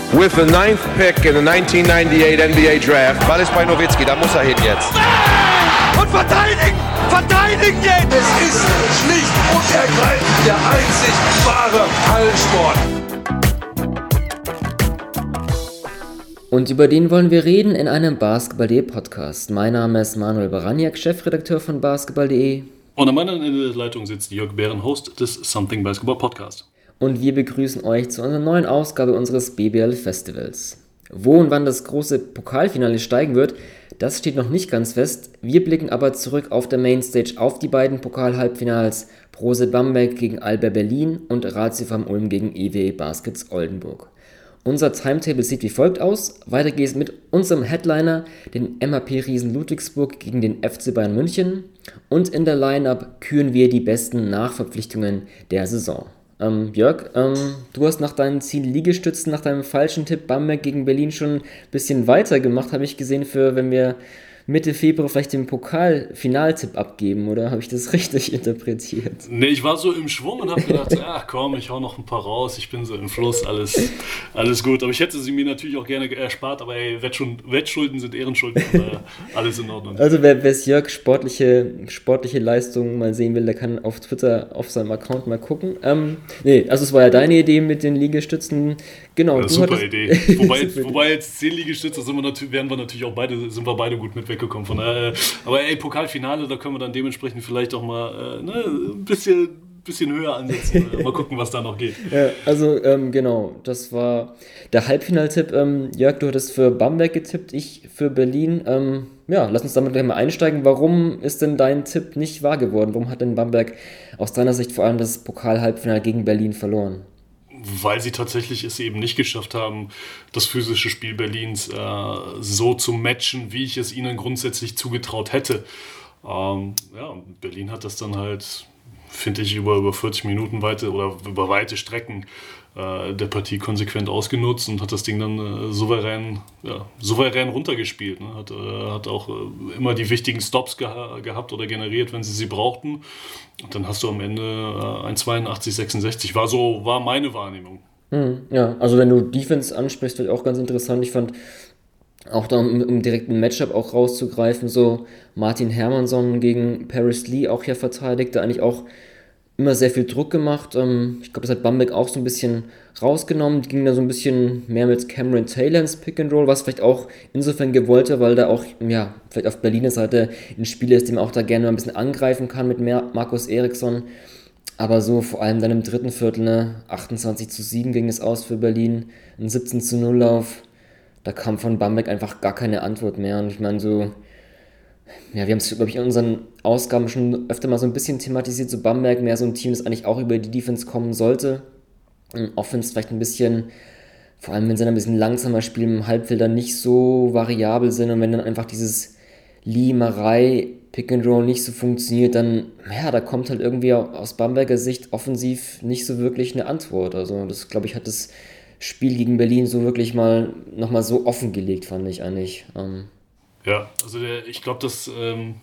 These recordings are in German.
with the 9th pick in the 1998 NBA Draft. Ball ist bei Nowitzki, da muss er hin jetzt. Und verteidigen! Verteidigen jetzt! Es ist schlicht und ergreifend der einzig wahre Hallensport. Und über den wollen wir reden in einem Basketball.de Podcast. Mein Name ist Manuel Baraniak, Chefredakteur von Basketball.de. Und am anderen Ende der Leitung sitzt Jörg Behren, Host des Something Basketball Podcast. Und wir begrüßen euch zu unserer neuen Ausgabe unseres BBL Festivals. Wo und wann das große Pokalfinale steigen wird, das steht noch nicht ganz fest. Wir blicken aber zurück auf der Mainstage auf die beiden Pokal-Halbfinals Brose Bamberg gegen Alba Berlin und Ratio Farm Ulm gegen EWE Baskets Oldenburg. Unser Timetable sieht wie folgt aus. Weiter geht's mit unserem Headliner, den MHP-Riesen Ludwigsburg gegen den FC Bayern München. Und in der Line-Up küren wir die besten Nachverpflichtungen der Saison. Jörg, du hast nach deinen 10 Liegestützen, nach deinem falschen Tipp Bamberg gegen Berlin schon ein bisschen weiter gemacht, habe ich gesehen, für wenn wir Mitte Februar vielleicht den Pokal-Finaltipp abgeben, oder habe ich das richtig interpretiert? Nee, ich war so im Schwung und habe gedacht, ach komm, ich hau noch ein paar raus, ich bin so im Fluss, alles gut. Aber ich hätte sie mir natürlich auch gerne erspart, aber ey, Wettschulden sind Ehrenschulden, alles in Ordnung. Also wer Jörg sportliche Leistungen mal sehen will, der kann auf Twitter auf seinem Account mal gucken. Also es war ja deine Idee mit den Liegestützen. Genau. Ja, super Idee. Wobei jetzt 10 Liegestütze sind wir beide gut mit weggekommen. Von daher, aber ey, Pokalfinale, da können wir dann dementsprechend vielleicht auch mal ein bisschen höher ansetzen. Mal gucken, was da noch geht. Ja, also genau, das war der Halbfinaltipp. Jörg, du hattest für Bamberg getippt, ich für Berlin. Lass uns damit gleich mal einsteigen. Warum ist denn dein Tipp nicht wahr geworden? Warum hat denn Bamberg aus deiner Sicht vor allem das Pokal-Halbfinale gegen Berlin verloren? Weil sie tatsächlich es eben nicht geschafft haben, das physische Spiel Berlins so zu matchen, wie ich es ihnen grundsätzlich zugetraut hätte. Berlin hat das dann halt, finde ich, über 40 Minuten über weite Strecken der Partie konsequent ausgenutzt und hat das Ding dann souverän runtergespielt. Ne? Hat auch immer die wichtigen Stops gehabt oder generiert, wenn sie brauchten. Und dann hast du am Ende ein 82-66. War meine Wahrnehmung. Ja, also wenn du Defense ansprichst, wird auch ganz interessant. Ich fand auch da, um direkt ein Matchup auch rauszugreifen, so Martin Hermansson gegen Paris Lee auch hier verteidigt, der eigentlich auch immer sehr viel Druck gemacht. Ich glaube, das hat Bamberg auch so ein bisschen rausgenommen. Die ging da so ein bisschen mehr mit Cameron Taylor ins Pick and Roll, was vielleicht auch insofern gewollt, weil da auch, vielleicht auf Berliner Seite ein Spieler ist, den man auch da gerne mal ein bisschen angreifen kann mit Markus Eriksson. Aber so vor allem dann im dritten Viertel, 28-7 ging es aus für Berlin, ein 17-0 Lauf. Da kam von Bamberg einfach gar keine Antwort mehr. Und ich meine so, wir haben es, glaube ich, in unseren Ausgaben schon öfter mal so ein bisschen thematisiert, so Bamberg mehr so ein Team, das eigentlich auch über die Defense kommen sollte. Offense vielleicht ein bisschen, vor allem wenn sie dann ein bisschen langsamer spielen, im Halbfeld dann nicht so variabel sind und wenn dann einfach dieses Lee-Marei Pick and Roll nicht so funktioniert, dann, da kommt halt irgendwie aus Bamberger Sicht offensiv nicht so wirklich eine Antwort. Also das, glaube ich, hat das Spiel gegen Berlin so wirklich mal nochmal so offengelegt, fand ich eigentlich. Ja, also ich glaube, das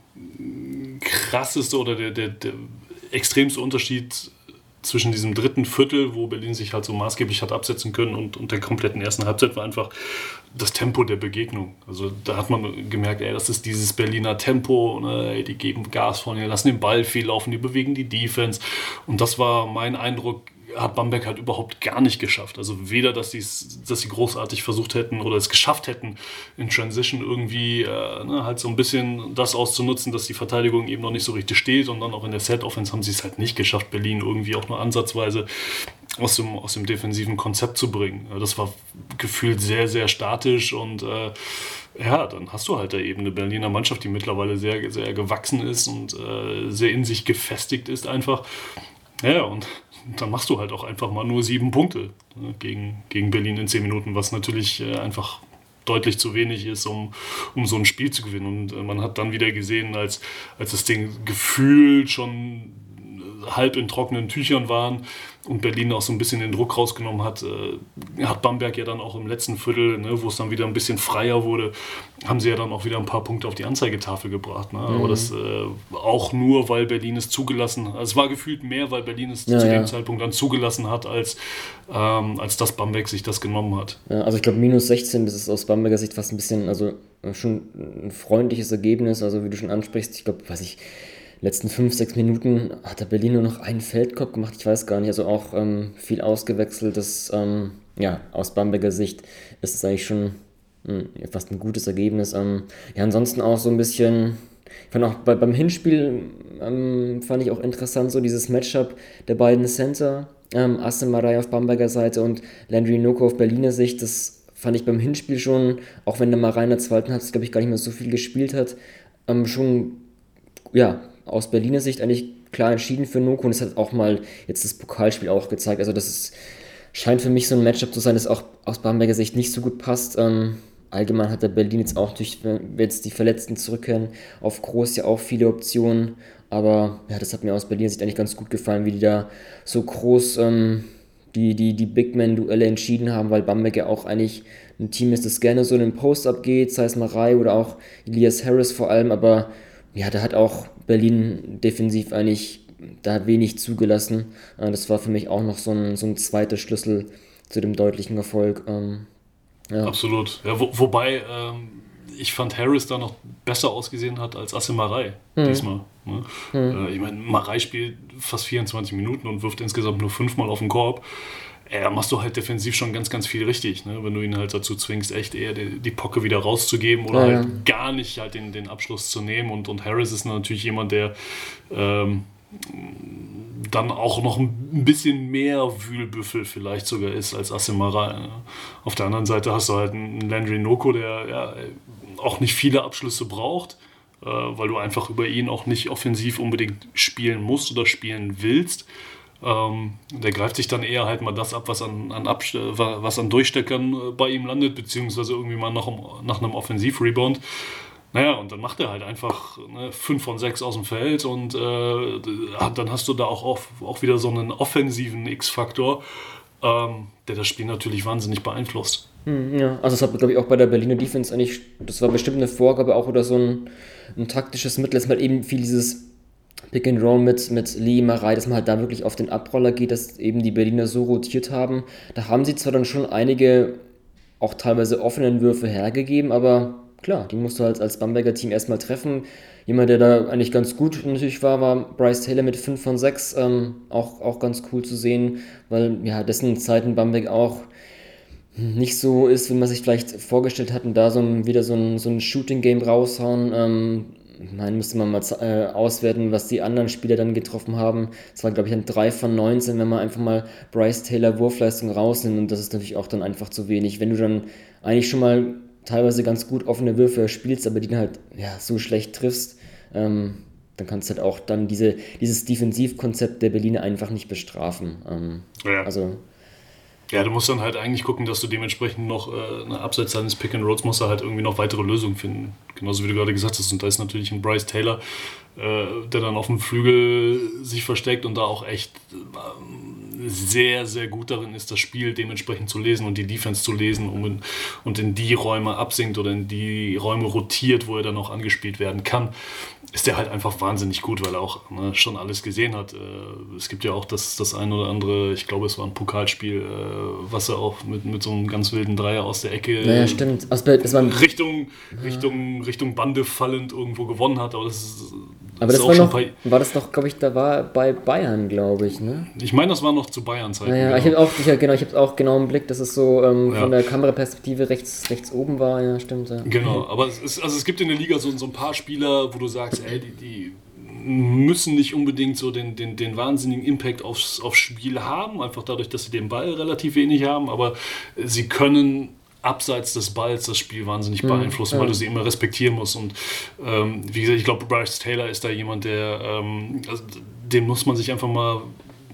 krasseste oder der extremste Unterschied zwischen diesem dritten Viertel, wo Berlin sich halt so maßgeblich hat absetzen können und der kompletten ersten Halbzeit war einfach das Tempo der Begegnung. Also da hat man gemerkt, das ist dieses Berliner Tempo, ne, die geben Gas vorne, lassen den Ball viel laufen, die bewegen die Defense und das war mein Eindruck, hat Bamberg halt überhaupt gar nicht geschafft. Also weder, dass sie großartig versucht hätten oder es geschafft hätten, in Transition irgendwie halt so ein bisschen das auszunutzen, dass die Verteidigung eben noch nicht so richtig steht und dann auch in der Set-Offense haben sie es halt nicht geschafft, Berlin irgendwie auch nur ansatzweise aus dem defensiven Konzept zu bringen. Das war gefühlt sehr, sehr statisch und dann hast du halt da eben eine Berliner Mannschaft, die mittlerweile sehr, sehr gewachsen ist und sehr in sich gefestigt ist einfach. Ja, und dann machst du halt auch einfach mal nur 7 Punkte gegen Berlin in 10 Minuten, was natürlich einfach deutlich zu wenig ist, um so ein Spiel zu gewinnen. Und man hat dann wieder gesehen, als das Ding gefühlt schon halb in trockenen Tüchern waren und Berlin auch so ein bisschen den Druck rausgenommen hat, hat Bamberg ja dann auch im letzten Viertel, ne, wo es dann wieder ein bisschen freier wurde, haben sie ja dann auch wieder ein paar Punkte auf die Anzeigetafel gebracht. Ne? Aber das auch nur, weil Berlin es zugelassen hat. Also es war gefühlt mehr, weil Berlin es zu dem Zeitpunkt dann zugelassen hat, als dass Bamberg sich das genommen hat. Ja, also ich glaube minus 16, das ist aus Bamberger Sicht fast ein bisschen, also schon ein freundliches Ergebnis, also wie du schon ansprichst, ich glaube, letzten 5-6 Minuten hat der Berlin nur noch einen Feldkorb gemacht, ich weiß gar nicht, also auch viel ausgewechselt, das, aus Bamberger Sicht ist es eigentlich schon fast ein gutes Ergebnis. Ansonsten auch so ein bisschen, ich fand auch beim Hinspiel, fand ich auch interessant, so dieses Matchup der beiden Center, Asim Marai auf Bamberger Seite und Landry Nnoko auf Berliner Sicht, das fand ich beim Hinspiel schon, auch wenn der Marai in der zweiten Halbzeit, glaube ich, gar nicht mehr so viel gespielt hat, schon, aus Berliner Sicht eigentlich klar entschieden für Nnoko und es hat auch mal jetzt das Pokalspiel auch gezeigt, also das scheint für mich so ein Matchup zu sein, das auch aus Bamberger Sicht nicht so gut passt. Allgemein hat der Berlin jetzt auch durch jetzt die Verletzten zurückkehren auf Groß ja auch viele Optionen, aber das hat mir aus Berliner Sicht eigentlich ganz gut gefallen, wie die da so groß die Big Man-Duelle entschieden haben, weil Bamberg ja auch eigentlich ein Team ist, das gerne so in den Post-Up geht, sei es Marai oder auch Elias Harris vor allem, aber da hat auch Berlin defensiv eigentlich da wenig zugelassen. Das war für mich auch noch so ein zweiter Schlüssel zu dem deutlichen Erfolg. Absolut. Ja, wobei ich fand, Harris da noch besser ausgesehen hat als Asim Marai diesmal. Ne? Ich meine, Marai spielt fast 24 Minuten und wirft insgesamt nur 5-mal auf den Korb. Da machst du halt defensiv schon ganz, ganz viel richtig, ne? Wenn du ihn halt dazu zwingst, echt eher die Pocke wieder rauszugeben oder halt gar nicht halt den Abschluss zu nehmen. Und Harris ist natürlich jemand, der dann auch noch ein bisschen mehr Wühlbüffel vielleicht sogar ist als Asim Marai. Ne? Auf der anderen Seite hast du halt einen Landry Nnoko, der auch nicht viele Abschlüsse braucht, weil du einfach über ihn auch nicht offensiv unbedingt spielen musst oder spielen willst. Der greift sich dann eher halt mal das ab, was an Durchsteckern bei ihm landet, beziehungsweise irgendwie mal nach einem Offensiv-Rebound. Naja, und dann macht er halt einfach 5 von 6 aus dem Feld und dann hast du da auch wieder so einen offensiven X-Faktor, der das Spiel natürlich wahnsinnig beeinflusst. Ja, also das hat, glaube ich, auch bei der Berliner Defense eigentlich, das war bestimmt eine Vorgabe auch oder so ein taktisches Mittel, dass man eben viel dieses Pick and Roll mit Lee Marai, dass man halt da wirklich auf den Abroller geht, dass eben die Berliner so rotiert haben. Da haben sie zwar dann schon einige auch teilweise offenen Würfe hergegeben, aber klar, die musst du halt als Bamberger Team erstmal treffen. Jemand, der da eigentlich ganz gut natürlich war Bryce Taylor mit 5 von 6, auch ganz cool zu sehen, weil dessen Zeiten Bamberg auch nicht so ist, wie man sich vielleicht vorgestellt hat und da wieder so ein Shooting-Game raushauen. Müsste man mal auswerten, was die anderen Spieler dann getroffen haben. Es war, glaube ich, ein 3 von 19, wenn man einfach mal Bryce Taylor Wurfleistung rausnimmt und das ist natürlich auch dann einfach zu wenig. Wenn du dann eigentlich schon mal teilweise ganz gut offene Würfe spielst, aber die dann halt so schlecht triffst, dann kannst du halt auch dann dieses Defensivkonzept der Berliner einfach nicht bestrafen. Du musst dann halt eigentlich gucken, dass du dementsprechend noch abseits deines Pick and Rolls musst du halt irgendwie noch weitere Lösungen finden. Genauso wie du gerade gesagt hast. Und da ist natürlich ein Bryce Taylor, der dann auf dem Flügel sich versteckt und da auch echt sehr, sehr gut darin ist, das Spiel dementsprechend zu lesen und die Defense zu lesen und in die Räume absinkt oder in die Räume rotiert, wo er dann auch angespielt werden kann, ist der halt einfach wahnsinnig gut, weil er auch schon alles gesehen hat. Es gibt ja auch das ein oder andere, ich glaube, es war ein Pokalspiel, was er auch mit so einem ganz wilden Dreier aus der Ecke stimmt. Richtung Bande fallend irgendwo gewonnen hat, aber das war das noch, glaube ich, da war bei Bayern, glaube ich, ne? Ich meine, das war noch zu Bayern-Zeiten. Ich habe auch genau im Blick, dass es so von der Kameraperspektive rechts oben war, ja, stimmt. Ja. Genau, aber es gibt in der Liga so ein paar Spieler, wo du sagst, die müssen nicht unbedingt so den wahnsinnigen Impact aufs Spiel haben, einfach dadurch, dass sie den Ball relativ wenig haben, aber sie können abseits des Balls das Spiel wahnsinnig beeinflussen, weil du sie immer respektieren musst. Und wie gesagt, ich glaube, Bryce Taylor ist da jemand, der den muss man sich einfach mal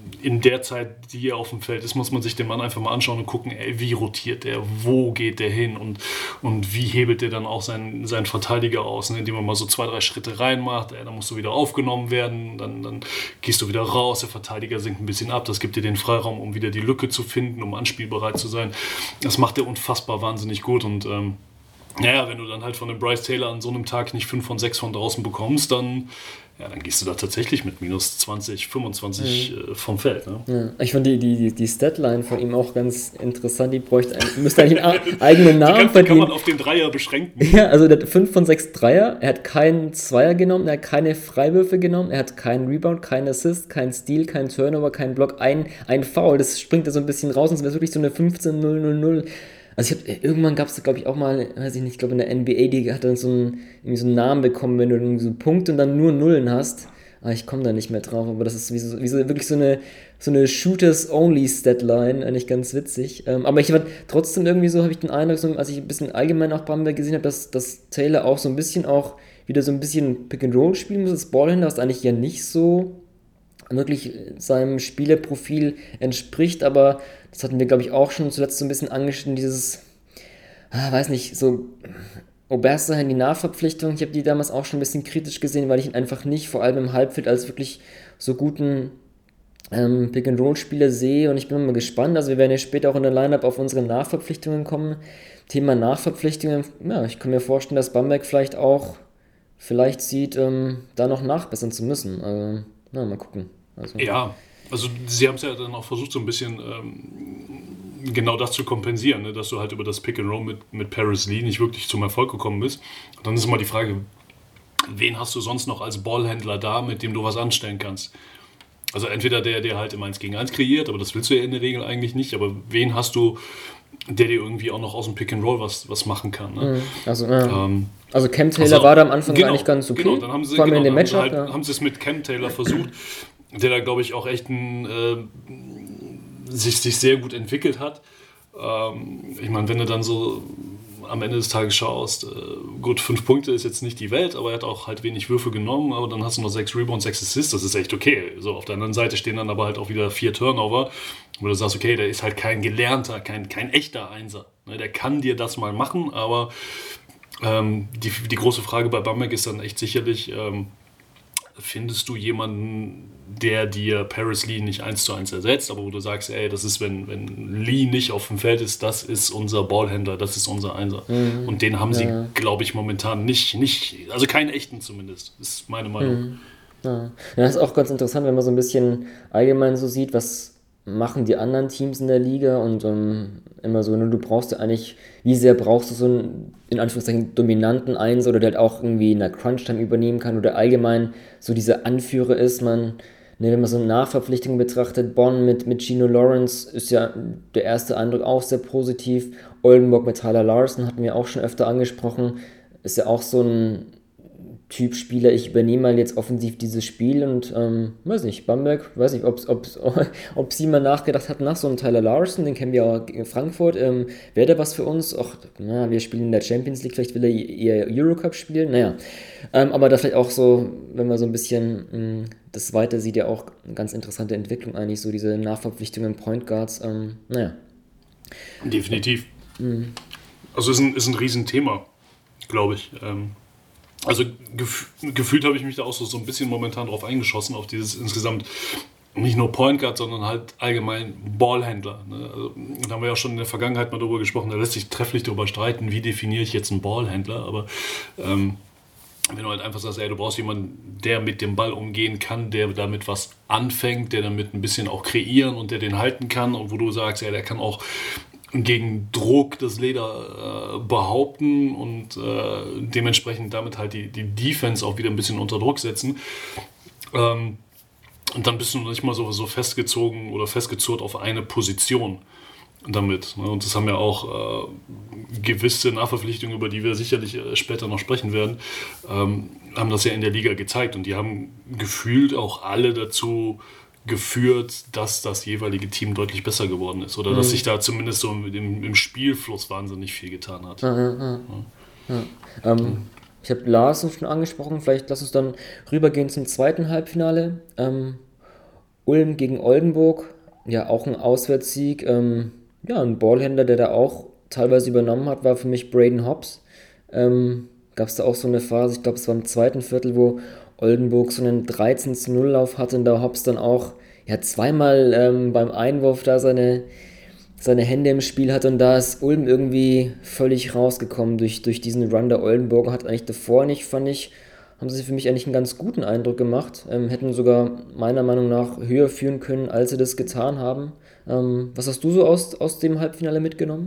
in der Zeit, die er auf dem Feld ist, muss man sich den Mann einfach mal anschauen und gucken, ey, wie rotiert der, wo geht der hin und wie hebelt der dann auch seinen Verteidiger aus, ne? Indem man mal so 2-3 Schritte reinmacht, dann musst du wieder aufgenommen werden, dann gehst du wieder raus, der Verteidiger sinkt ein bisschen ab, das gibt dir den Freiraum, um wieder die Lücke zu finden, um anspielbereit zu sein. Das macht er unfassbar wahnsinnig gut und wenn du dann halt von dem Bryce Taylor an so einem Tag nicht 5 von 6 von draußen bekommst, dann gehst du da tatsächlich mit minus 20, 25 vom Feld. Ne? Ja, ich fand die Statline von ihm auch ganz interessant. Die müsste eigentlich einen eigenen Namen verdienen. Kann man auf den Dreier beschränken. Ja, also der hat 5 von 6 Dreier. Er hat keinen Zweier genommen, er hat keine Freiwürfe genommen, er hat keinen Rebound, keinen Assist, keinen Steal, keinen Turnover, keinen Block, ein Foul. Das springt da so ein bisschen raus und es wäre wirklich so eine 15-0-0-0. Also irgendwann gab es, glaube ich, auch mal, weiß ich nicht, ich glaube in der NBA, die hat dann so einen Namen bekommen, wenn du irgendwie so Punkte und dann nur Nullen hast. Aber ich komme da nicht mehr drauf, aber das ist wirklich so eine Shooters-Only-Statline, eigentlich ganz witzig. Aber ich war trotzdem irgendwie so, habe ich den Eindruck, so, als ich ein bisschen allgemein auch Bamberg gesehen habe, dass Taylor auch so ein bisschen wieder so ein bisschen Pick-and-Roll spielen muss. Das Ballhändler ist eigentlich ja nicht so wirklich seinem Spielerprofil entspricht, aber das hatten wir, glaube ich, auch schon zuletzt so ein bisschen angeschnitten, dieses, weiß nicht, so Oberstein, die Nachverpflichtung, ich habe die damals auch schon ein bisschen kritisch gesehen, weil ich ihn einfach nicht, vor allem im Halbfeld, als wirklich so guten Pick-and-Roll-Spieler sehe und ich bin mal gespannt, also wir werden ja später auch in der Line-Up auf unsere Nachverpflichtungen kommen. Thema Nachverpflichtungen, ich kann mir vorstellen, dass Bamberg vielleicht sieht, da noch nachbessern zu müssen, also mal gucken. Also sie haben es ja dann auch versucht, so ein bisschen genau das zu kompensieren, ne? Dass du halt über das Pick and Roll mit Paris Lee nicht wirklich zum Erfolg gekommen bist. Und dann ist immer die Frage, wen hast du sonst noch als Ballhändler da, mit dem du was anstellen kannst? Also entweder der halt im 1 gegen 1 kreiert, aber das willst du ja in der Regel eigentlich nicht, aber wen hast du, der dir irgendwie auch noch aus dem Pick and Roll was machen kann? Ne? Also Cam Taylor war da am Anfang eigentlich ganz okay. Genau, dann haben sie, vor allem in dem Matchup. Haben sie es mit Cam Taylor versucht, der da, glaube ich, auch echt sich sehr gut entwickelt hat. Ich meine, wenn du dann so am Ende des Tages schaust, gut, 5 Punkte ist jetzt nicht die Welt, aber er hat auch halt wenig Würfe genommen, aber dann hast du noch 6 Rebounds, 6 Assists, das ist echt okay. So, auf der anderen Seite stehen dann aber halt auch wieder 4 Turnover, wo du sagst, okay, der ist halt kein gelernter, kein echter Einser. Ne, der kann dir das mal machen, aber die große Frage bei Bamberg ist dann echt sicherlich, findest du jemanden, der dir Paris Lee nicht 1:1 ersetzt, aber wo du sagst, ey, das ist, wenn Lee nicht auf dem Feld ist, das ist unser Ballhändler, das ist unser Einser. Und den haben sie, glaube ich, momentan nicht, also keinen echten zumindest, ist meine Meinung. Ja, das ist auch ganz interessant, wenn man so ein bisschen allgemein so sieht, was machen die anderen Teams in der Liga und immer so, du brauchst ja eigentlich, wie sehr brauchst du so einen, in Anführungszeichen, dominanten Einser oder der halt auch irgendwie in der Crunch-Time übernehmen kann oder allgemein so dieser Anführer ist, wenn man so eine Nachverpflichtung betrachtet, Bonn mit Gino Lawrence ist ja der erste Eindruck auch sehr positiv, Oldenburg mit Tyler Larson hatten wir auch schon öfter angesprochen, ist ja auch so ein Typ Spieler, ich übernehme mal jetzt offensiv dieses Spiel und weiß nicht, Bamberg, weiß nicht, ob sie mal nachgedacht hat nach so einem Tyler Larson, den kennen wir auch in Frankfurt, wäre der was für uns? Wir spielen in der Champions League, vielleicht will er eher Eurocup spielen, aber da vielleicht auch so, wenn man so ein bisschen das weiter sieht, ja auch eine ganz interessante Entwicklung eigentlich, so diese Nachverpflichtungen Point Guards, Definitiv. Also ist ein Riesenthema, glaube ich. Also gefühlt habe ich mich da auch so ein bisschen momentan drauf eingeschossen, auf dieses insgesamt nicht nur Point Guard, sondern halt allgemein Ballhändler. Ne? Also, da haben wir ja schon in der Vergangenheit mal drüber gesprochen, da lässt sich trefflich darüber streiten, wie definiere ich jetzt einen Ballhändler, aber wenn du halt einfach sagst, ey, du brauchst jemanden, der mit dem Ball umgehen kann, der damit was anfängt, der damit ein bisschen auch kreieren und der den halten kann und wo du sagst, ey, der kann auch gegen Druck das Leder behaupten und dementsprechend damit halt die Defense auch wieder ein bisschen unter Druck setzen. Und dann bist du nicht mal so festgezogen oder festgezurrt auf eine Position damit. Ne? Und das haben ja auch gewisse Nachverpflichtungen, über die wir sicherlich später noch sprechen werden, haben das ja in der Liga gezeigt. Und die haben gefühlt auch alle dazu geführt, dass das jeweilige Team deutlich besser geworden ist oder dass sich da zumindest so im Spielfluss wahnsinnig viel getan hat. Ich habe Larson schon angesprochen, vielleicht lass uns dann rübergehen zum zweiten Halbfinale. Ulm gegen Oldenburg, ja, auch ein Auswärtssieg. Ja, ein Ballhändler, der da auch teilweise übernommen hat, war für mich Braden Hobbs. Gab es da auch so eine Phase, ich glaube, es war im zweiten Viertel, wo Oldenburg so einen 13-0-Lauf hatte und da Hobbs dann auch ja, zweimal beim Einwurf da seine Hände im Spiel hatte und da ist Ulm irgendwie völlig rausgekommen durch diesen Run der Oldenburger. Hat eigentlich davor nicht, fand ich, haben sie für mich eigentlich einen ganz guten Eindruck gemacht. Hätten sogar meiner Meinung nach höher führen können, als sie das getan haben. Was hast du so aus dem Halbfinale mitgenommen?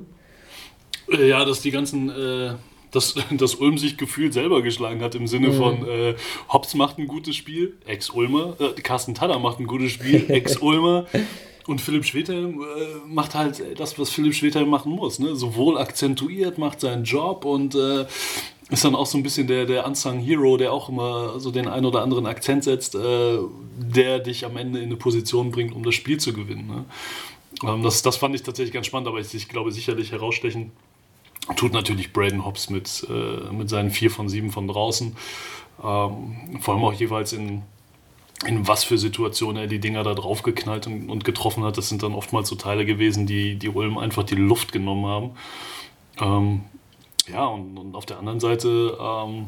Ja, dass die ganzen, dass Ulm sich gefühlt selber geschlagen hat im Sinne von Hobbs macht ein gutes Spiel, Ex-Ulmer, Carsten Tada macht ein gutes Spiel, Ex-Ulmer und Philipp Schwedhelm macht halt das, was Philipp Schwedhelm machen muss, ne? Sowohl akzentuiert, macht seinen Job und ist dann auch so ein bisschen der Unsung Hero, der auch immer so den einen oder anderen Akzent setzt, der dich am Ende in eine Position bringt, um das Spiel zu gewinnen. Ne? Das fand ich tatsächlich ganz spannend, aber ich glaube sicherlich herausstechen tut natürlich Braden Hobbs mit seinen 4 von 7 von draußen. Vor allem auch jeweils in was für Situationen er die Dinger da drauf geknallt und getroffen hat. Das sind dann oftmals so Teile gewesen, die Ulm einfach die Luft genommen haben. Ja, und auf der anderen Seite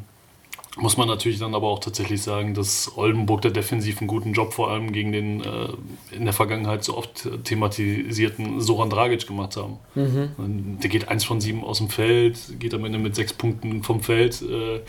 muss man natürlich dann aber auch tatsächlich sagen, dass Oldenburg da defensiv einen guten Job vor allem gegen den in der Vergangenheit so oft thematisierten Zoran Dragic gemacht haben. Der geht 1 von 7 aus dem Feld, geht am Ende mit 6 Punkten vom Feld.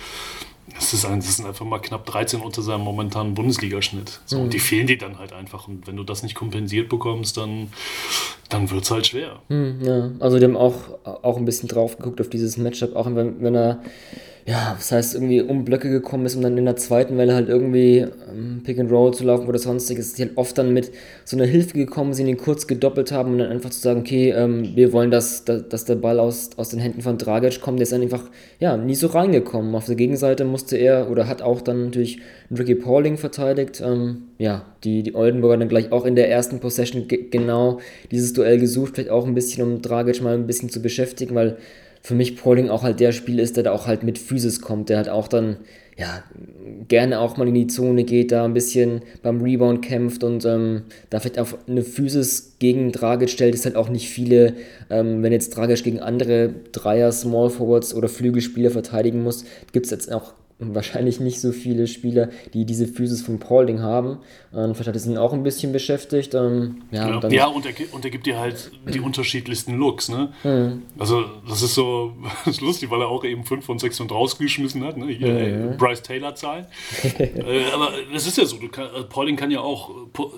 Das sind einfach mal knapp 13 unter seinem momentanen Bundesligaschnitt. So, und die fehlen dir dann halt einfach. Und wenn du das nicht kompensiert bekommst, dann wird es halt schwer. Ja, also die haben auch ein bisschen drauf geguckt auf dieses Matchup, auch wenn er, ja, das heißt, irgendwie um Blöcke gekommen ist, um dann in der zweiten Welle halt irgendwie Pick and Roll zu laufen oder sonstiges, ist die halt oft dann mit so einer Hilfe gekommen, sie ihn kurz gedoppelt haben und dann einfach zu sagen, okay, wir wollen, dass der Ball aus den Händen von Dragic kommt, der ist dann einfach, ja, nie so reingekommen. Auf der Gegenseite musste er, oder hat auch dann natürlich Ricky Pauling verteidigt, ja, die Oldenburger dann gleich auch in der ersten Possession genau dieses Duell gesucht, vielleicht auch ein bisschen, um Dragic mal ein bisschen zu beschäftigen, weil für mich Pauling auch halt der Spieler ist, der da auch halt mit Physis kommt, der halt auch dann, ja, gerne auch mal in die Zone geht, da ein bisschen beim Rebound kämpft und da vielleicht auf eine Physis gegen Dragic stellt, ist halt auch nicht viele, wenn jetzt Dragic gegen andere Dreier, Small Forwards oder Flügelspieler verteidigen muss, gibt es jetzt auch wahrscheinlich nicht so viele Spieler, die diese Physis von Paulding haben. Vielleicht hat es ihn auch ein bisschen beschäftigt. Und er gibt dir halt die unterschiedlichsten Looks. Ne? Also das ist so das ist lustig, weil er auch eben 5 von 6 und rausgeschmissen hat. Ne? Bryce Taylor Zahlen. Aber das ist ja so. Paulding kann ja auch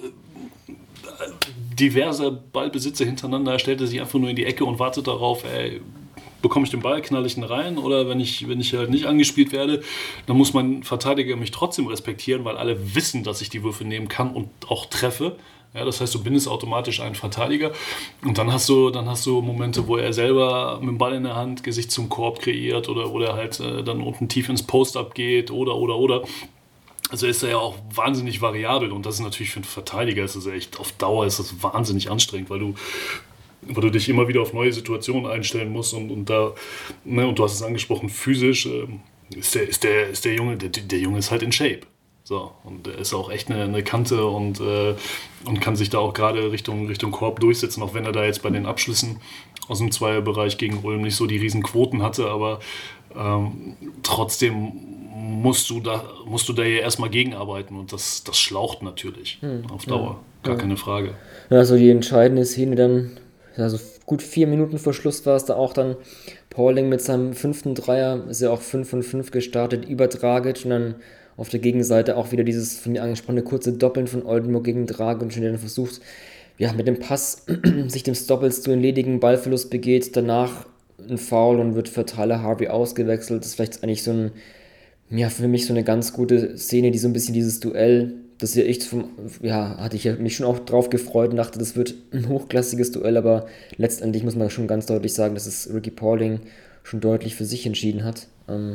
diverse Ballbesitzer hintereinander. Er stellt sich einfach nur in die Ecke und wartet darauf, bekomme ich den Ball, knall ich ihn rein, oder wenn ich halt nicht angespielt werde, dann muss mein Verteidiger mich trotzdem respektieren, weil alle wissen, dass ich die Würfe nehmen kann und auch treffe. Ja, das heißt, du bindest automatisch einen Verteidiger und dann hast du Momente, wo er selber mit dem Ball in der Hand Gesicht zum Korb kreiert oder halt dann unten tief ins Post-Up geht oder. Also ist er ja auch wahnsinnig variabel und das ist natürlich für einen Verteidiger, ist das echt auf Dauer ist das wahnsinnig anstrengend, weil du dich immer wieder auf neue Situationen einstellen musst und da, ne, und du hast es angesprochen, physisch ist der Junge, der Junge ist halt in Shape. So, und er ist auch echt eine Kante und kann sich da auch gerade Richtung Korb durchsetzen, auch wenn er da jetzt bei den Abschlüssen aus dem Zweierbereich gegen Ulm nicht so die riesen Quoten hatte, aber trotzdem musst du da ja erstmal gegenarbeiten und das schlaucht natürlich auf Dauer, gar keine Frage. Ja, also die entscheidende Szene dann, also gut 4 Minuten vor Schluss war es da auch dann Pauling mit seinem 5. Dreier, ist ja auch 5 von 5 gestartet, über Dragic und dann auf der Gegenseite auch wieder dieses von mir angesprochene kurze Doppeln von Oldenburg gegen Dragic, der dann versucht, ja, mit dem Pass sich des Doppels zu entledigen, Ballverlust begeht, danach ein Foul und wird für Tyler Harvey ausgewechselt. Das ist vielleicht eigentlich so für mich so eine ganz gute Szene, die so ein bisschen dieses Duell, das ja echt hatte ich mich schon auch drauf gefreut und dachte, das wird ein hochklassiges Duell, aber letztendlich muss man schon ganz deutlich sagen, dass es Ricky Pauling schon deutlich für sich entschieden hat.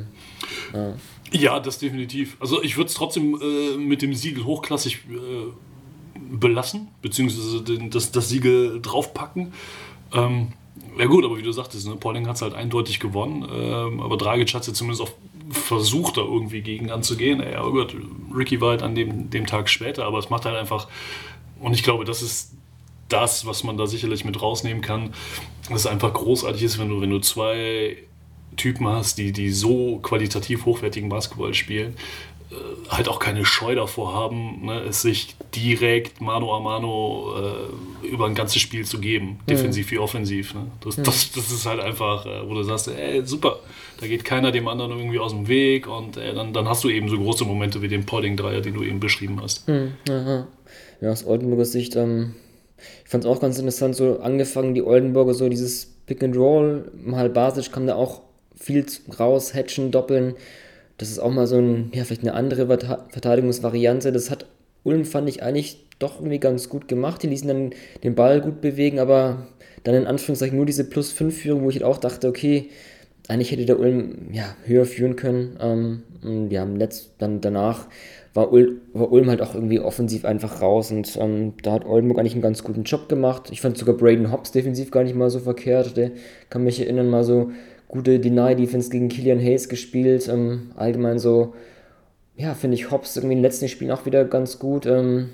Ja, das definitiv. Also ich würde es trotzdem mit dem Siegel hochklassig belassen, beziehungsweise das Siegel draufpacken. Ja gut, aber wie du sagtest, ne, Pauling hat es halt eindeutig gewonnen, aber Dragic hat es ja zumindest auch versucht, da irgendwie gegen anzugehen. Ja, oh Gott, Ricky war halt an dem Tag später, aber es macht halt einfach Und ich glaube, das ist das, was man da sicherlich mit rausnehmen kann, dass es einfach großartig ist, wenn du zwei Typen hast, die so qualitativ hochwertigen Basketball spielen, halt auch keine Scheu davor haben, ne, es sich direkt Mano a Mano über ein ganzes Spiel zu geben, defensiv wie offensiv. Ne? Das ist halt einfach, wo du sagst, ey, super, da geht keiner dem anderen irgendwie aus dem Weg und dann hast du eben so große Momente wie den Podding-Dreier, den du eben beschrieben hast. Ja, aus Oldenburger Sicht, ich fand es auch ganz interessant, so angefangen die Oldenburger, so dieses Pick and Roll, mal Basic kam da auch viel raus, hatchen, doppeln. Das ist auch mal so vielleicht eine andere Verteidigungsvariante. Das hat Ulm, fand ich, eigentlich doch irgendwie ganz gut gemacht. Die ließen dann den Ball gut bewegen, aber dann in Anführungszeichen nur diese Plus-5-Führung, wo ich halt auch dachte, okay, eigentlich hätte der Ulm höher führen können. Und dann danach war Ulm halt auch irgendwie offensiv einfach raus und da hat Oldenburg eigentlich einen ganz guten Job gemacht. Ich fand sogar Braden Hobbs defensiv gar nicht mal so verkehrt. Der kann mich erinnern, mal so gute Deny-Defense gegen Killian Hayes gespielt. Allgemein so, finde ich Hobbs irgendwie in den letzten Spielen auch wieder ganz gut. Haben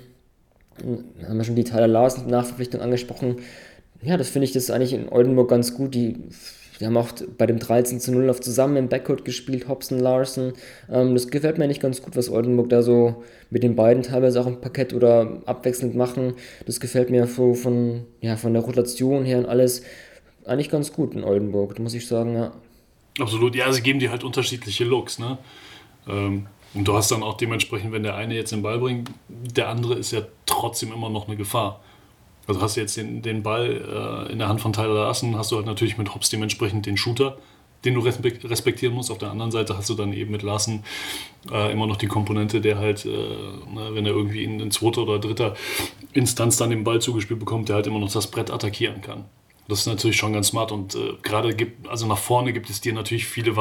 wir schon die Tyler Larsen Nachverpflichtung angesprochen. Ja, das finde ich, das ist eigentlich in Oldenburg ganz gut. Die haben auch bei dem 13:0 auf zusammen im Backcourt gespielt, Hobbs und Larsen. Das gefällt mir eigentlich ganz gut, was Oldenburg da so mit den beiden teilweise auch im Parkett oder abwechselnd machen. Das gefällt mir von der Rotation her und alles eigentlich ganz gut in Oldenburg, muss ich sagen, ja. Absolut, ja, sie geben dir halt unterschiedliche Looks, ne? Und du hast dann auch dementsprechend, wenn der eine jetzt den Ball bringt, der andere ist ja trotzdem immer noch eine Gefahr. Also hast du jetzt den Ball in der Hand von Tyler Larsen, hast du halt natürlich mit Hobbs dementsprechend den Shooter, den du respektieren musst. Auf der anderen Seite hast du dann eben mit Larsen immer noch die Komponente, der halt, wenn er irgendwie in zweiter oder dritter Instanz dann den Ball zugespielt bekommt, der halt immer noch das Brett attackieren kann. Das ist natürlich schon ganz smart und gerade nach vorne gibt es dir natürlich viele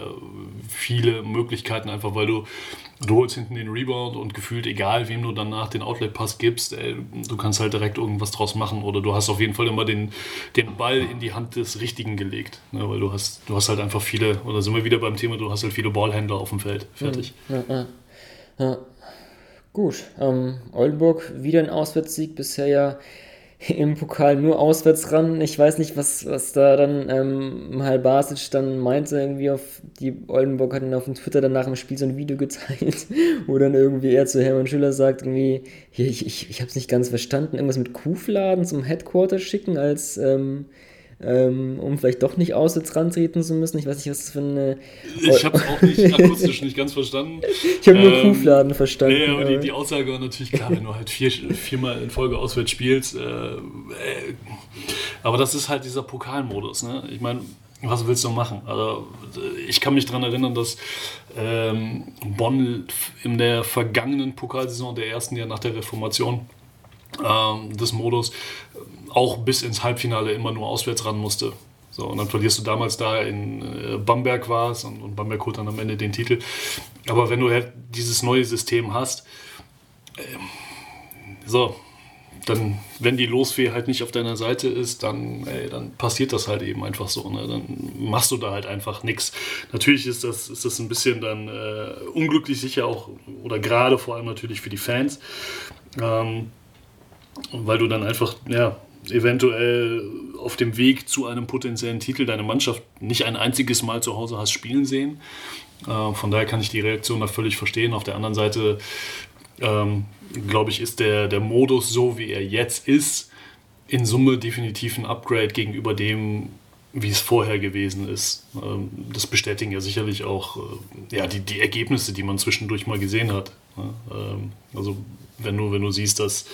Möglichkeiten, einfach weil du holst hinten den Rebound und gefühlt egal, wem du danach den Outlet-Pass gibst, du kannst halt direkt irgendwas draus machen oder du hast auf jeden Fall immer den Ball in die Hand des Richtigen gelegt, ne, weil du hast halt einfach viele, oder sind wir wieder beim Thema, du hast halt viele Ballhändler auf dem Feld, fertig. Ja. Gut, Oldenburg wieder ein Auswärtssieg, bisher ja im Pokal nur auswärts ran. Ich weiß nicht, was da dann Basic dann meinte, irgendwie die Oldenburg hat dann auf dem Twitter dann nach dem Spiel so ein Video geteilt, wo dann irgendwie er zu Hermann Schüller sagt, irgendwie, hier, ich hab's nicht ganz verstanden, irgendwas mit Kuhfladen zum Headquarter schicken, als um vielleicht doch nicht auswärts rantreten zu müssen. Ich weiß nicht, was das für eine... Ich habe es auch nicht akustisch nicht ganz verstanden. Ich habe nur Kuhfladen verstanden. Nee, aber die Aussage war natürlich klar, wenn du halt viermal in Folge auswärts spielst. Aber das ist halt dieser Pokalmodus. Ne? Ich meine, was willst du machen? Also, ich kann mich daran erinnern, dass Bonn in der vergangenen Pokalsaison, der ersten Jahr nach der Reformation des Modus, auch bis ins Halbfinale immer nur auswärts ran musste. So, und dann verlierst du damals da in Bamberg war es und Bamberg holt dann am Ende den Titel. Aber wenn du halt dieses neue System hast, dann, wenn die Losfee halt nicht auf deiner Seite ist, dann passiert das halt eben einfach so. Ne? Dann machst du da halt einfach nichts. Natürlich ist das ein bisschen dann unglücklich sicher auch, oder gerade vor allem natürlich für die Fans, weil du dann einfach, eventuell auf dem Weg zu einem potenziellen Titel deine Mannschaft nicht ein einziges Mal zu Hause hast spielen sehen. Von daher kann ich die Reaktion da völlig verstehen. Auf der anderen Seite, glaube ich, ist der Modus so, wie er jetzt ist, in Summe definitiv ein Upgrade gegenüber dem, wie es vorher gewesen ist. Das bestätigen ja sicherlich auch die Ergebnisse, die man zwischendurch mal gesehen hat. Also wenn du siehst, dass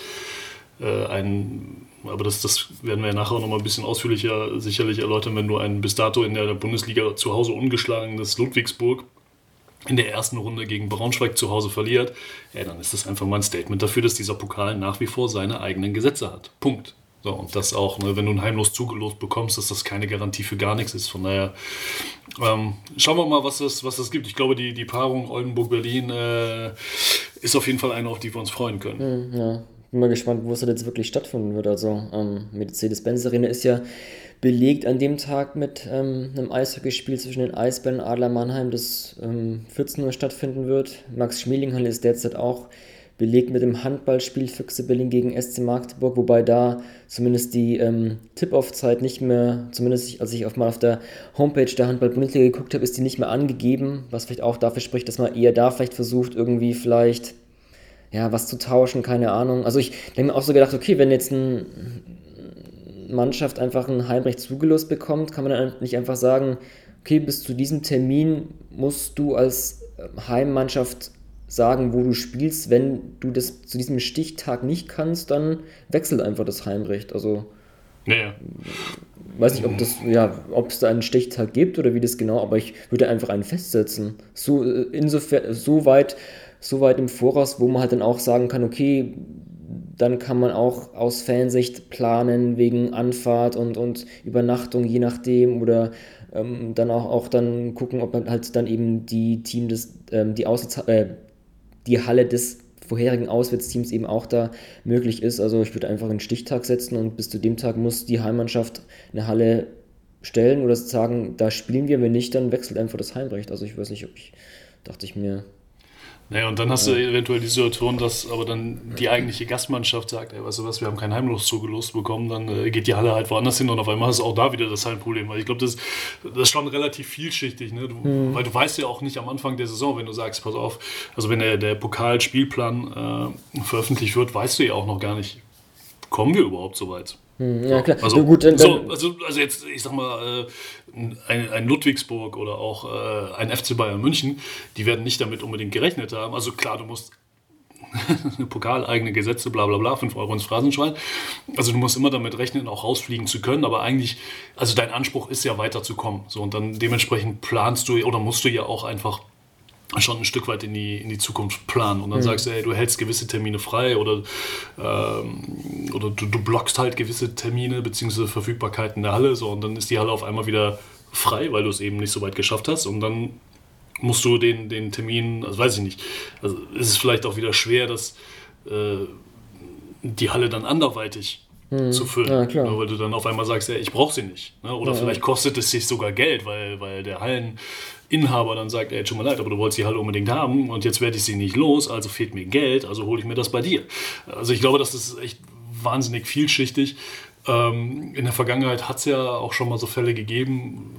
aber das werden wir ja nachher noch mal ein bisschen ausführlicher sicherlich erläutern, wenn du ein bis dato in der Bundesliga zu Hause ungeschlagenes Ludwigsburg in der ersten Runde gegen Braunschweig zu Hause verliert, dann ist das einfach mal ein Statement dafür, dass dieser Pokal nach wie vor seine eigenen Gesetze hat. Punkt. So, und das auch, ne, wenn du ein heimlos zugelost bekommst, dass das keine Garantie für gar nichts ist. Von daher schauen wir mal, was das gibt. Ich glaube, die Paarung Oldenburg-Berlin ist auf jeden Fall eine, auf die wir uns freuen können. Ja. Bin mal gespannt, wo es halt jetzt wirklich stattfinden wird. Also Mercedes-Benz Arena ist ja belegt an dem Tag mit einem Eishockeyspiel zwischen den Eisbären und Adler Mannheim, das 14 Uhr stattfinden wird. Max-Schmeling-Halle ist derzeit auch belegt mit dem Handballspiel Füchse Berlin gegen SC Magdeburg, wobei da zumindest die Tip-Off-Zeit nicht mehr, zumindest als ich mal auf der Homepage der Handball-Bundesliga geguckt habe, ist die nicht mehr angegeben, was vielleicht auch dafür spricht, dass man eher da vielleicht versucht, irgendwie vielleicht was zu tauschen, keine Ahnung. Also ich denke mir auch so gedacht, okay, wenn jetzt eine Mannschaft einfach ein Heimrecht zugelost bekommt, kann man dann nicht einfach sagen, okay, bis zu diesem Termin musst du als Heimmannschaft sagen, wo du spielst. Wenn du das zu diesem Stichtag nicht kannst, dann wechselt einfach das Heimrecht. Also weiß nicht, ob es da einen Stichtag gibt oder wie das genau, aber ich würde einfach einen festsetzen. Insofern so weit im Voraus, wo man halt dann auch sagen kann, okay, dann kann man auch aus Fansicht planen wegen Anfahrt und Übernachtung, je nachdem, oder dann auch dann gucken, ob man halt dann eben die Halle des vorherigen Auswärtsteams eben auch da möglich ist. Also ich würde einfach einen Stichtag setzen und bis zu dem Tag muss die Heimmannschaft eine Halle stellen oder sagen, da spielen wir, wenn nicht, dann wechselt einfach das Heimrecht. Also ich weiß nicht, dachte ich mir. Naja, und dann hast du eventuell die Situation, dass aber dann die eigentliche Gastmannschaft sagt, ey, weißt du was, wir haben kein Heimlos zugelost bekommen, dann geht die Halle halt woanders hin und auf einmal hast du auch da wieder das Heimproblem. Weil ich glaube, das ist schon relativ vielschichtig, ne? Weil du weißt ja auch nicht am Anfang der Saison, wenn du sagst, pass auf, also wenn der Pokalspielplan veröffentlicht wird, weißt du ja auch noch gar nicht, kommen wir überhaupt so weit? Ja, klar. Also, gut, also jetzt, ich sag mal, ein Ludwigsburg oder auch ein FC Bayern München, die werden nicht damit unbedingt gerechnet haben. Also klar, du musst pokaleigene Gesetze, bla bla bla, 5 Euro ins Phrasenschwein. Also du musst immer damit rechnen, auch rausfliegen zu können, aber eigentlich, also dein Anspruch ist ja weiterzukommen. So, und dann dementsprechend planst du oder musst du ja auch einfach schon ein Stück weit in die Zukunft planen und dann sagst du, ey, du hältst gewisse Termine frei oder du blockst halt gewisse Termine bzw. Verfügbarkeiten der Halle, so, und dann ist die Halle auf einmal wieder frei, weil du es eben nicht so weit geschafft hast und dann musst du den Termin, also weiß ich nicht, also ist es vielleicht auch wieder schwer, dass die Halle dann anderweitig zu füllen, ja, weil du dann auf einmal sagst, ey, ich brauche sie nicht, ne? Oder vielleicht kostet es sich sogar Geld, weil der Halleninhaber dann sagt, ey, tut mir leid, aber du wolltest die Halle unbedingt haben und jetzt werde ich sie nicht los, also fehlt mir Geld, also hole ich mir das bei dir. Also ich glaube, das ist echt wahnsinnig vielschichtig. In der Vergangenheit hat es ja auch schon mal so Fälle gegeben,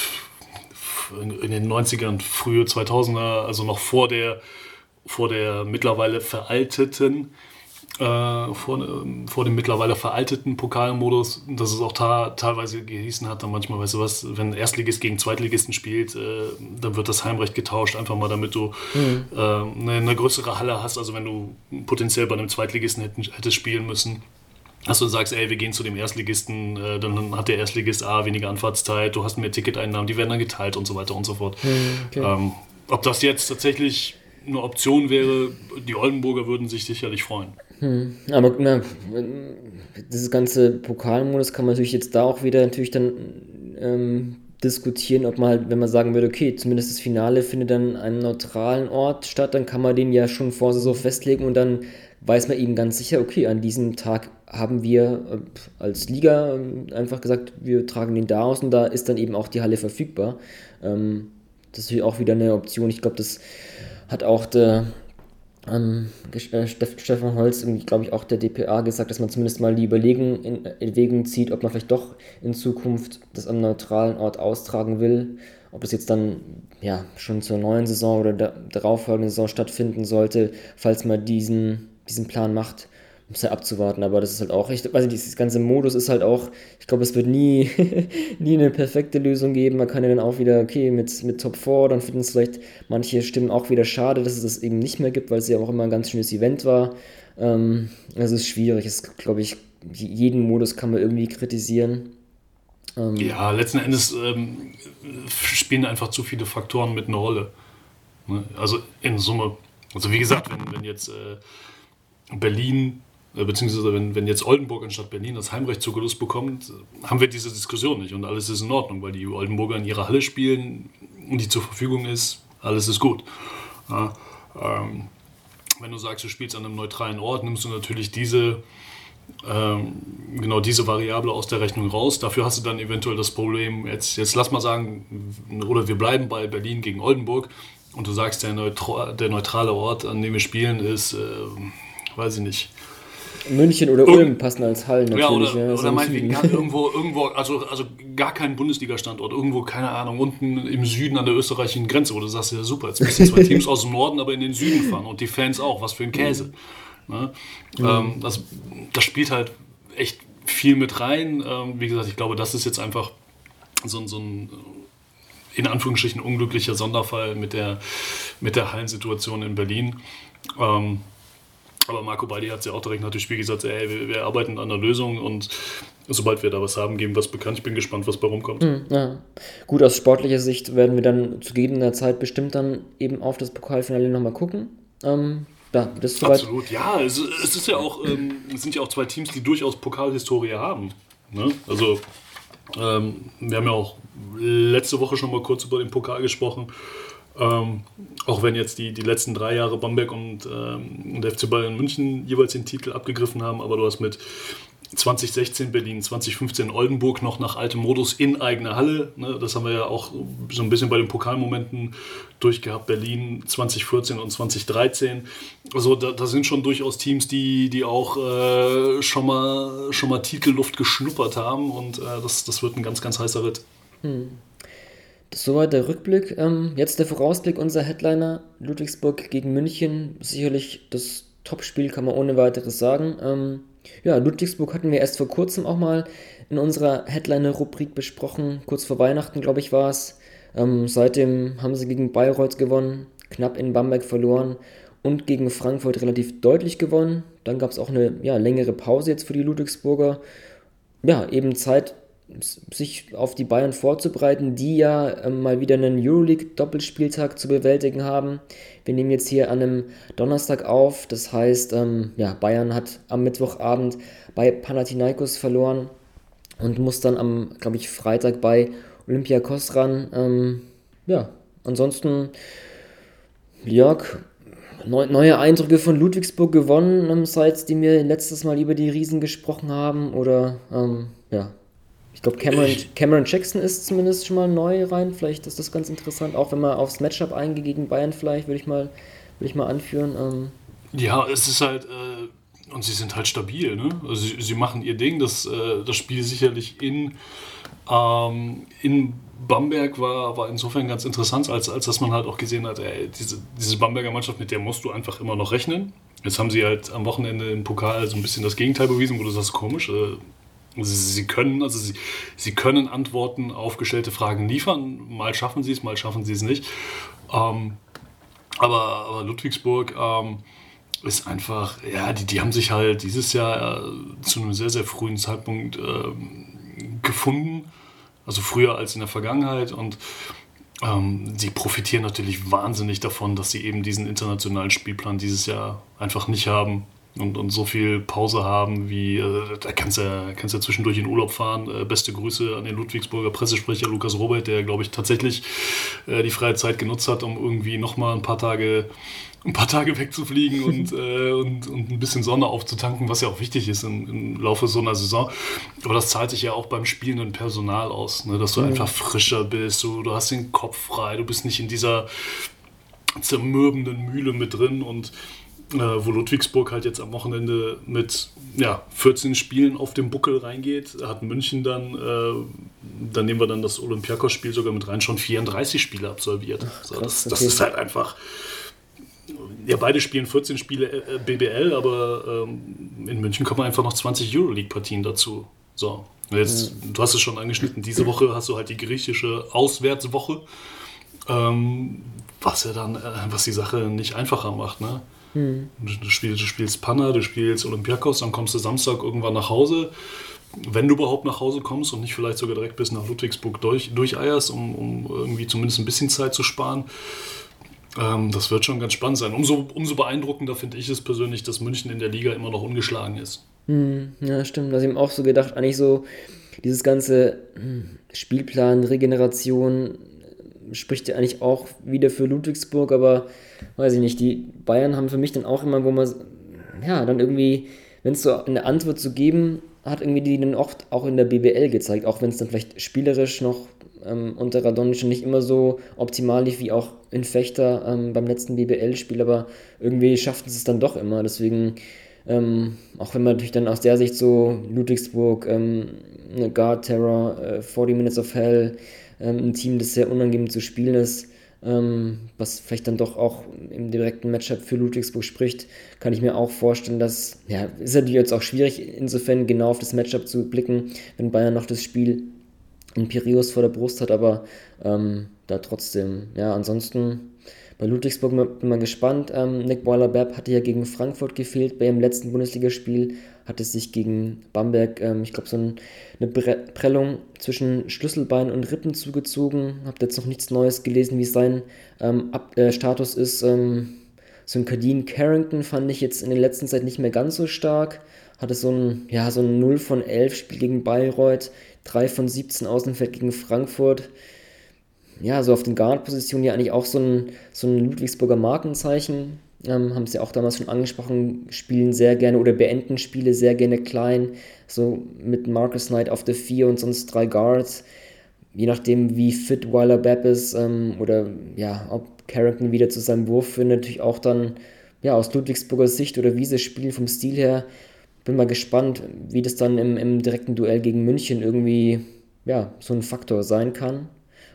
in den 90ern, frühe 2000er, also noch vor der mittlerweile veralteten vor dem mittlerweile veralteten Pokalmodus, dass es auch teilweise gehießen hat, dann manchmal, weißt du was, wenn Erstligist gegen Zweitligisten spielt, dann wird das Heimrecht getauscht, einfach mal damit du eine größere Halle hast, also wenn du potenziell bei einem Zweitligisten hättest spielen müssen, dass du sagst, ey, wir gehen zu dem Erstligisten, dann hat der Erstligist weniger Anfahrtszeit, du hast mehr Ticketeinnahmen, die werden dann geteilt und so weiter und so fort. Okay. Ob das jetzt tatsächlich eine Option wäre, die Oldenburger würden sich sicherlich freuen. Aber dieses ganze Pokalmodus kann man natürlich jetzt da auch wieder natürlich dann diskutieren, ob man halt, wenn man sagen würde, okay, zumindest das Finale findet dann an einem neutralen Ort statt, dann kann man den ja schon vor Saison festlegen und dann weiß man eben ganz sicher, okay, an diesem Tag haben wir als Liga einfach gesagt, wir tragen den da aus und da ist dann eben auch die Halle verfügbar. Das ist natürlich auch wieder eine Option. Ich glaube, das hat auch der Stefan Holz, glaube ich, auch der DPA gesagt, dass man zumindest mal die Überlegung in Erwägung zieht, ob man vielleicht doch in Zukunft das am neutralen Ort austragen will. Ob das jetzt dann schon zur neuen Saison oder der darauffolgenden Saison stattfinden sollte, falls man diesen Plan macht, muss ja abzuwarten. Aber das ist halt auch, ich weiß nicht, dieses ganze Modus ist halt auch, ich glaube, es wird nie eine perfekte Lösung geben. Man kann ja dann auch wieder, okay, mit Top 4, dann finden es vielleicht manche Stimmen auch wieder schade, dass es das eben nicht mehr gibt, weil es ja auch immer ein ganz schönes Event war. Also es ist schwierig. Es ist, glaube ich, jeden Modus kann man irgendwie kritisieren. Ja, letzten Endes spielen einfach zu viele Faktoren mit eine Rolle. Ne? Also in Summe. Also wie gesagt, wenn jetzt Berlin, beziehungsweise wenn jetzt Oldenburg anstatt Berlin das Heimrecht zugelost bekommt, haben wir diese Diskussion nicht und alles ist in Ordnung, weil die Oldenburger in ihrer Halle spielen und die zur Verfügung ist, alles ist gut. Ja, wenn du sagst, du spielst an einem neutralen Ort, nimmst du natürlich diese Variable aus der Rechnung raus. Dafür hast du dann eventuell das Problem, jetzt lass mal sagen, oder wir bleiben bei Berlin gegen Oldenburg und du sagst, der neutrale Ort, an dem wir spielen, ist, weiß ich nicht. München oder Ulm passen als Hallen natürlich. Ja, oder meinetwegen irgendwo, also gar kein Bundesliga-Standort, irgendwo, keine Ahnung, unten im Süden an der österreichischen Grenze, wo du sagst, ja super, jetzt müssen 2 Teams aus dem Norden aber in den Süden fahren und die Fans auch, was für ein Käse. Ne? Das spielt halt echt viel mit rein. Wie gesagt, ich glaube, das ist jetzt einfach so ein in Anführungsstrichen unglücklicher Sonderfall mit der Hallensituation in Berlin. Aber Marco Baldi hat es ja auch direkt nach dem Spiel gesagt, ey, wir arbeiten an einer Lösung und sobald wir da was haben, geben wir es bekannt. Ich bin gespannt, was bei rumkommt. Ja. Gut, aus sportlicher Sicht werden wir dann zu gegebener Zeit bestimmt dann eben auf das Pokalfinale nochmal gucken. Das ist soweit. Absolut, ja. Es ist ja auch, es sind ja auch 2 Teams, die durchaus Pokalhistorie haben. Ne? Also wir haben ja auch letzte Woche schon mal kurz über den Pokal gesprochen. Auch wenn jetzt die letzten 3 Jahre Bamberg und FC Bayern München jeweils den Titel abgegriffen haben, aber du hast mit 2016 Berlin, 2015 Oldenburg noch nach altem Modus in eigener Halle. Ne? Das haben wir ja auch so ein bisschen bei den Pokalmomenten durchgehabt. Berlin 2014 und 2013. Also da sind schon durchaus Teams, die auch schon mal Titelluft geschnuppert haben und das wird ein ganz, ganz heißer Ritt. Das ist soweit der Rückblick. Jetzt der Vorausblick, unser Headliner Ludwigsburg gegen München. Sicherlich das Topspiel, kann man ohne weiteres sagen. Ludwigsburg hatten wir erst vor kurzem auch mal in unserer Headliner-Rubrik besprochen. Kurz vor Weihnachten, glaube ich, war es. Seitdem haben sie gegen Bayreuth gewonnen, knapp in Bamberg verloren und gegen Frankfurt relativ deutlich gewonnen. Dann gab es auch eine längere Pause jetzt für die Ludwigsburger. Ja, eben Zeit, sich auf die Bayern vorzubereiten, die ja mal wieder einen Euroleague-Doppelspieltag zu bewältigen haben. Wir nehmen jetzt hier an einem Donnerstag auf, das heißt, Bayern hat am Mittwochabend bei Panathinaikos verloren und muss dann am, glaube ich, Freitag bei Olympiakos ran. Ansonsten, Jörg, neue Eindrücke von Ludwigsburg gewonnen, seit wir letztes Mal über die Riesen gesprochen haben, oder ich glaube, Cameron Jackson ist zumindest schon mal neu rein. Vielleicht ist das ganz interessant, auch wenn man aufs Matchup eingeht gegen Bayern vielleicht, würde ich mal anführen. Ja, es ist halt, und sie sind halt stabil, ne? Also sie machen ihr Ding. Das Spiel sicherlich in Bamberg war insofern ganz interessant, als dass man halt auch gesehen hat, diese Bamberger Mannschaft, mit der musst du einfach immer noch rechnen. Jetzt haben sie halt am Wochenende im Pokal so ein bisschen das Gegenteil bewiesen, wo du sagst, komisch, Sie können Antworten auf gestellte Fragen liefern. Mal schaffen sie es, mal schaffen sie es nicht. Aber Ludwigsburg ist einfach, die haben sich halt dieses Jahr zu einem sehr, sehr frühen Zeitpunkt gefunden. Also früher als in der Vergangenheit. Und sie profitieren natürlich wahnsinnig davon, dass sie eben diesen internationalen Spielplan dieses Jahr einfach nicht haben. Und so viel Pause haben, wie da kannst ja zwischendurch in Urlaub fahren. Beste Grüße an den Ludwigsburger Pressesprecher Lukas Robert, der, glaube ich, tatsächlich die freie Zeit genutzt hat, um irgendwie nochmal ein paar Tage wegzufliegen und ein bisschen Sonne aufzutanken, was ja auch wichtig ist im Laufe so einer Saison. Aber das zahlt sich ja auch beim spielenden Personal aus, ne? Dass du einfach frischer bist, du hast den Kopf frei, du bist nicht in dieser zermürbenden Mühle mit drin und wo Ludwigsburg halt jetzt am Wochenende mit 14 Spielen auf dem Buckel reingeht, hat München dann nehmen wir dann das Olympiakos-Spiel sogar mit rein, schon 34 Spiele absolviert. Ach, krass, das ist halt einfach, beide spielen 14 Spiele BBL, aber in München kommen einfach noch 20 Euroleague-Partien dazu. So, jetzt, du hast es schon angeschnitten, diese Woche hast du halt die griechische Auswärtswoche, was die Sache nicht einfacher macht, ne? Du spielst Panna, du spielst Olympiakos, dann kommst du Samstag irgendwann nach Hause. Wenn du überhaupt nach Hause kommst und nicht vielleicht sogar direkt bis nach Ludwigsburg durcheierst, um irgendwie zumindest ein bisschen Zeit zu sparen. Das wird schon ganz spannend sein. Umso beeindruckender finde ich es persönlich, dass München in der Liga immer noch ungeschlagen ist. Ja, stimmt. Da habe ich eben auch so gedacht, eigentlich so dieses ganze Spielplan, Regeneration spricht ja eigentlich auch wieder für Ludwigsburg, aber weiß ich nicht, die Bayern haben für mich dann auch immer, wo man dann irgendwie, wenn es so eine Antwort zu geben, hat irgendwie die dann oft auch in der BBL gezeigt, auch wenn es dann vielleicht spielerisch noch unter Radonjic nicht immer so optimal lief wie auch in Fechter beim letzten BBL-Spiel, aber irgendwie schafften sie es dann doch immer. Deswegen, auch wenn man natürlich dann aus der Sicht so Ludwigsburg, eine Guard Terror, 40 Minutes of Hell, ein Team, das sehr unangenehm zu spielen ist, was vielleicht dann doch auch im direkten Matchup für Ludwigsburg spricht, kann ich mir auch vorstellen, dass, ja, ist natürlich jetzt auch schwierig, insofern genau auf das Matchup zu blicken, wenn Bayern noch das Spiel in Piräus vor der Brust hat, aber da trotzdem, ja, ansonsten bei Ludwigsburg bin mal gespannt. Nick Weiler-Babb hatte ja gegen Frankfurt gefehlt bei ihrem letzten Bundesligaspiel, hatte sich gegen Bamberg, ich glaube, so eine Prellung zwischen Schlüsselbein und Rippen zugezogen. Habt jetzt noch nichts Neues gelesen, wie sein Status ist. So ein Kadeen Carrington fand ich jetzt in der letzten Zeit nicht mehr ganz so stark. Hatte so ein 0 von 11 Spiel gegen Bayreuth, 3 von 17 aus dem Feld gegen Frankfurt. Ja, so auf den Guard-Positionen ja eigentlich auch so ein Ludwigsburger Markenzeichen. Haben sie ja auch damals schon angesprochen, spielen sehr gerne oder beenden Spiele sehr gerne klein. So mit Marcus Knight auf der 4 und sonst 3 Guards. Je nachdem, wie fit Weiler-Babb ist oder ja, ob Carrington wieder zu seinem Wurf findet. Natürlich auch dann ja, aus Ludwigsburger Sicht oder wie sie spielen vom Stil her. Bin mal gespannt, wie das dann im direkten Duell gegen München irgendwie ja, so ein Faktor sein kann.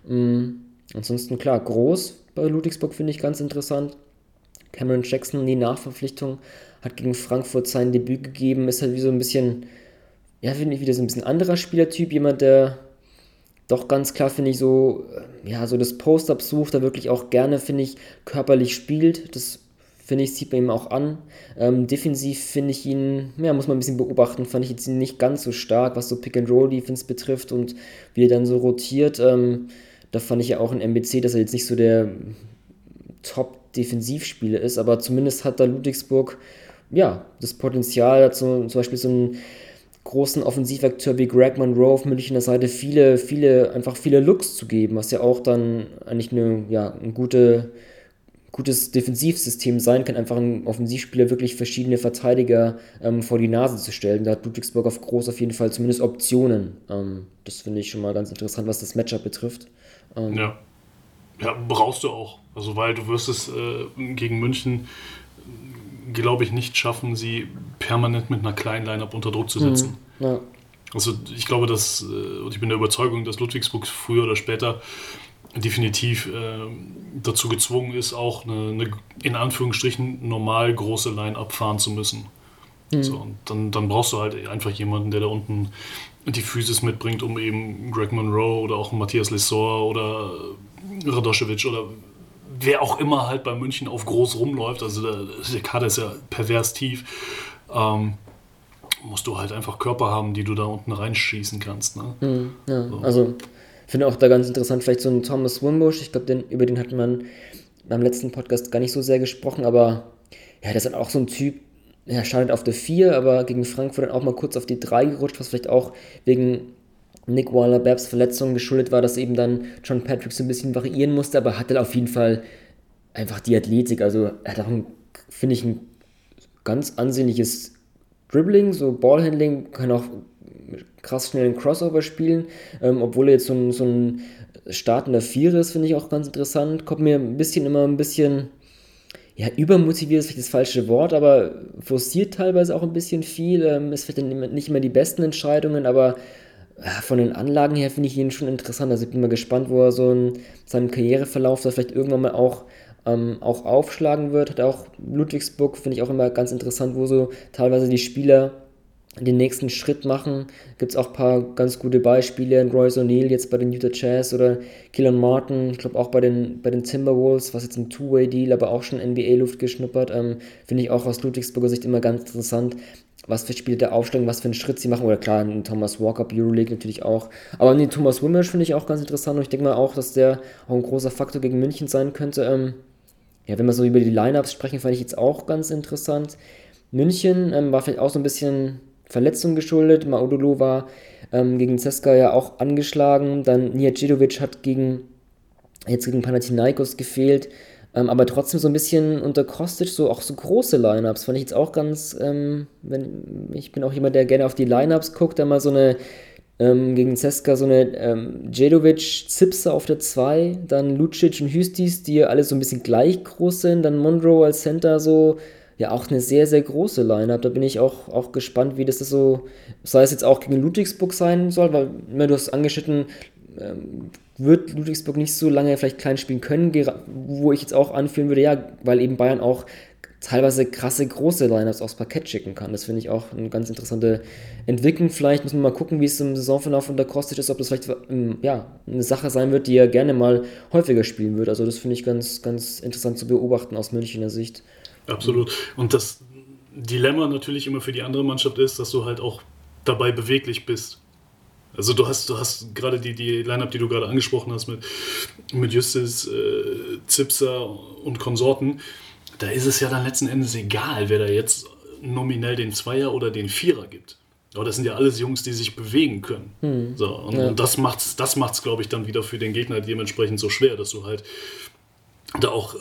Ansonsten klar, Groß bei Ludwigsburg finde ich ganz interessant. Cameron Jackson, die Nachverpflichtung, hat gegen Frankfurt sein Debüt gegeben, ist halt wie so ein bisschen, ja, finde ich wieder so ein bisschen anderer Spielertyp, jemand, der doch ganz klar, finde ich, so, ja, so das Post-Up sucht, da wirklich auch gerne, finde ich, körperlich spielt, das finde ich, sieht man ihm auch an. Defensiv finde ich ihn, ja, muss man ein bisschen beobachten, fand ich jetzt ihn nicht ganz so stark, was so Pick-and-Roll-Defense betrifft und wie er dann so rotiert, da fand ich ja auch in MBC, dass er jetzt nicht so der Top-Defensivspieler ist, aber zumindest hat da Ludwigsburg ja das Potenzial dazu, zum Beispiel so einen großen Offensivakteur wie Greg Monroe auf Münchner Seite viele Looks zu geben, was ja auch dann eigentlich ein gutes Defensivsystem sein kann, einfach ein Offensivspieler wirklich verschiedene Verteidiger vor die Nase zu stellen. Da hat Ludwigsburg auf Groß auf jeden Fall zumindest Optionen. Das finde ich schon mal ganz interessant, was das Matchup betrifft. Ja, brauchst du auch. Also weil du wirst es gegen München, glaube ich, nicht schaffen, sie permanent mit einer kleinen Line-Up unter Druck zu setzen. Ja. Also ich glaube, und ich bin der Überzeugung, dass Ludwigsburg früher oder später definitiv dazu gezwungen ist, auch eine in Anführungsstrichen normal große Line-Up fahren zu müssen. So, und dann brauchst du halt einfach jemanden, der da unten die Physis mitbringt, um eben Greg Monroe oder auch Matthias Lesor oder Radoschewitsch oder wer auch immer halt bei München auf groß rumläuft, also der Kader ist ja pervers tief, musst du halt einfach Körper haben, die du da unten reinschießen kannst. Ne? Ja, so. Also ich finde auch da ganz interessant, vielleicht so ein Thomas Wimbush, ich glaube, über den hat man beim letzten Podcast gar nicht so sehr gesprochen, aber ja, das ist auch so ein Typ, er startet auf der 4, aber gegen Frankfurt dann auch mal kurz auf die 3 gerutscht, was vielleicht auch wegen Nick Weiler-Babbs Verletzung geschuldet war, dass eben dann John Patrick so ein bisschen variieren musste, aber hatte auf jeden Fall einfach die Athletik, also er hat auch, finde ich, ein ganz ansehnliches Dribbling, so Ballhandling, kann auch krass schnell einen Crossover spielen, obwohl er jetzt so ein startender Vierer ist, finde ich auch ganz interessant, kommt mir immer ein bisschen ja, übermotiviert ist vielleicht das falsche Wort, aber forciert teilweise auch ein bisschen viel, ist vielleicht nicht immer die besten Entscheidungen, aber von den Anlagen her finde ich ihn schon interessant, also ich bin mal gespannt, wo er so in seinem Karriereverlauf da vielleicht irgendwann mal auch aufschlagen wird, hat auch Ludwigsburg, finde ich auch immer ganz interessant, wo so teilweise die Spieler den nächsten Schritt machen. Gibt es auch ein paar ganz gute Beispiele. Royce O'Neal jetzt bei den Utah Jazz oder Keelan Martin, ich glaube auch bei den Timberwolves, was jetzt ein Two-Way-Deal, aber auch schon NBA-Luft geschnuppert. Finde ich auch aus Ludwigsburger Sicht immer ganz interessant, was für Spiele da aufsteigen, was für einen Schritt sie machen. Oder klar, ein Thomas Walker, Euroleague natürlich auch. Aber den Thomas Wimbush finde ich auch ganz interessant und ich denke mal auch, dass der auch ein großer Faktor gegen München sein könnte. Ja, wenn wir so über die Lineups sprechen, fand ich jetzt auch ganz interessant. München war vielleicht auch so ein bisschen Verletzung geschuldet. Maudolo war gegen CSKA ja auch angeschlagen. Dann Nijacidovic hat gegen Panathinaikos gefehlt. aber trotzdem so ein bisschen unter Kostic, so auch so große Lineups, fand ich jetzt auch ganz, ich bin auch jemand, der gerne auf die Lineups guckt, da mal so eine, gegen CSKA so eine Djedovic, Zipser auf der 2, dann Lucic und Hüstis, die alle so ein bisschen gleich groß sind, dann Monroe als Center so, ja auch eine sehr, sehr große Line-Up. Da bin ich auch gespannt, wie das so, sei es jetzt auch gegen Ludwigsburg sein soll, weil du hast angeschnitten, wird Ludwigsburg nicht so lange vielleicht klein spielen können, wo ich jetzt auch anführen würde, ja, weil eben Bayern auch teilweise krasse große Lineups aufs Parkett schicken kann. Das finde ich auch eine ganz interessante Entwicklung. Vielleicht muss man mal gucken, wie es im Saisonverlauf unter Kostic ist, ob das vielleicht eine Sache sein wird, die er gerne mal häufiger spielen wird. Also das finde ich ganz, ganz interessant zu beobachten aus Münchner Sicht. Absolut. Und das Dilemma natürlich immer für die andere Mannschaft ist, dass du halt auch dabei beweglich bist. Also du hast gerade die Line-Up, die du gerade angesprochen hast mit Justus, Zipser und Konsorten, da ist es ja dann letzten Endes egal, wer da jetzt nominell den Zweier oder den Vierer gibt. Aber das sind ja alles Jungs, die sich bewegen können. So, und das macht's, glaube ich, dann wieder für den Gegner dementsprechend so schwer, dass du halt da auch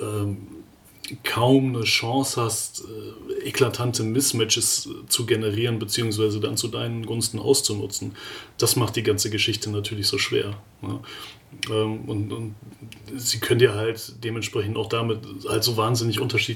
kaum eine Chance hast, eklatante Mismatches zu generieren, beziehungsweise dann zu deinen Gunsten auszunutzen. Das macht die ganze Geschichte natürlich so schwer. Ne? Und sie können dir halt dementsprechend auch damit halt so wahnsinnig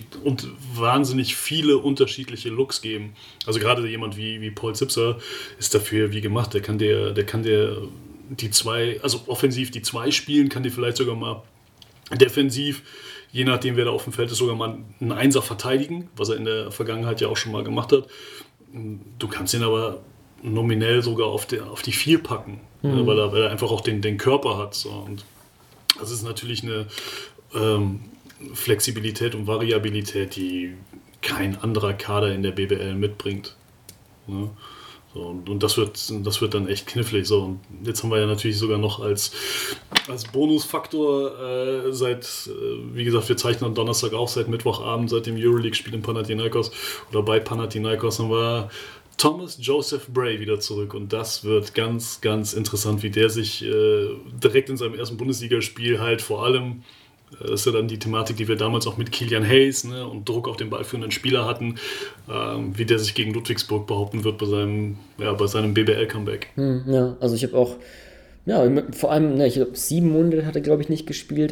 viele unterschiedliche Looks geben. Also gerade jemand wie Paul Zipser ist dafür wie gemacht. Der kann dir die zwei, also offensiv die 2 spielen, kann dir vielleicht sogar mal defensiv, je nachdem wer da auf dem Feld ist, sogar mal einen Einser verteidigen, was er in der Vergangenheit ja auch schon mal gemacht hat. Du kannst ihn aber nominell sogar auf die 4 packen, weil er einfach auch den Körper hat. So. Und das ist natürlich eine Flexibilität und Variabilität, die kein anderer Kader in der BBL mitbringt. Ne? So, und das wird dann echt knifflig. So. Und jetzt haben wir ja natürlich sogar noch als Bonusfaktor wie gesagt, wir zeichnen am Donnerstag auch seit Mittwochabend, seit dem Euroleague-Spiel in Panathinaikos oder bei Panathinaikos, haben wir Thomas Joseph Bray wieder zurück. Und das wird ganz, ganz interessant, wie der sich direkt in seinem ersten Bundesligaspiel halt vor allem, das ist ja dann die Thematik, die wir damals auch mit Kilian Hayes, ne, und Druck auf den ballführenden Spieler hatten, wie der sich gegen Ludwigsburg behaupten wird bei seinem BBL-Comeback. Ja, also ich habe auch, vor allem, ich glaube 7 Monate hat er, glaube ich, nicht gespielt.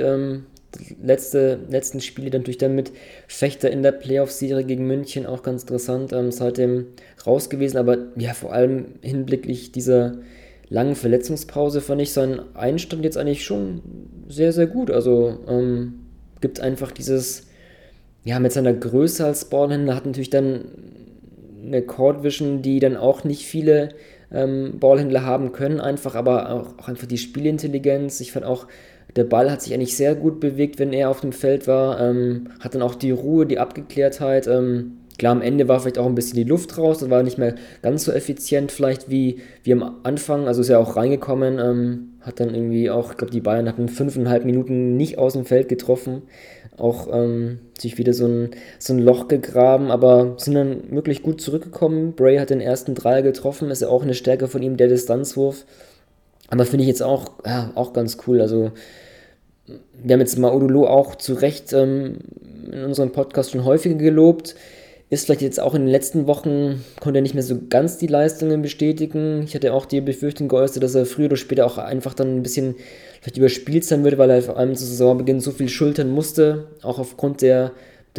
Letzten Spiele dann natürlich dann mit Fechter in der Playoff-Serie gegen München, auch ganz interessant, seitdem raus gewesen, aber ja, vor allem hinblicklich dieser langen Verletzungspause fand ich seinen Einstand jetzt eigentlich schon sehr, sehr gut. Also gibt einfach dieses, mit seiner Größe als Ballhändler hat natürlich dann eine Court Vision, die dann auch nicht viele Ballhändler haben können, aber auch einfach die Spielintelligenz. Ich fand auch, der Ball hat sich eigentlich sehr gut bewegt, wenn er auf dem Feld war, hat dann auch die Ruhe, die Abgeklärtheit. Klar, am Ende war vielleicht auch ein bisschen die Luft raus, das war nicht mehr ganz so effizient vielleicht wie am Anfang, also ist er auch reingekommen, hat dann irgendwie auch, ich glaube die Bayern hatten 5,5 Minuten nicht aus dem Feld getroffen, auch sich wieder so ein Loch gegraben, aber sind dann wirklich gut zurückgekommen. Bray hat den ersten Dreier getroffen, ist ja auch eine Stärke von ihm, der Distanzwurf, aber finde ich jetzt auch ganz cool, also wir haben jetzt Maudolo auch zu Recht in unserem Podcast schon häufiger gelobt, ist vielleicht jetzt auch in den letzten Wochen, konnte er nicht mehr so ganz die Leistungen bestätigen. Ich hatte auch die Befürchtung geäußert, dass er früher oder später auch einfach dann ein bisschen vielleicht überspielt sein würde, weil er vor allem zu Saisonbeginn so viel schultern musste, auch aufgrund der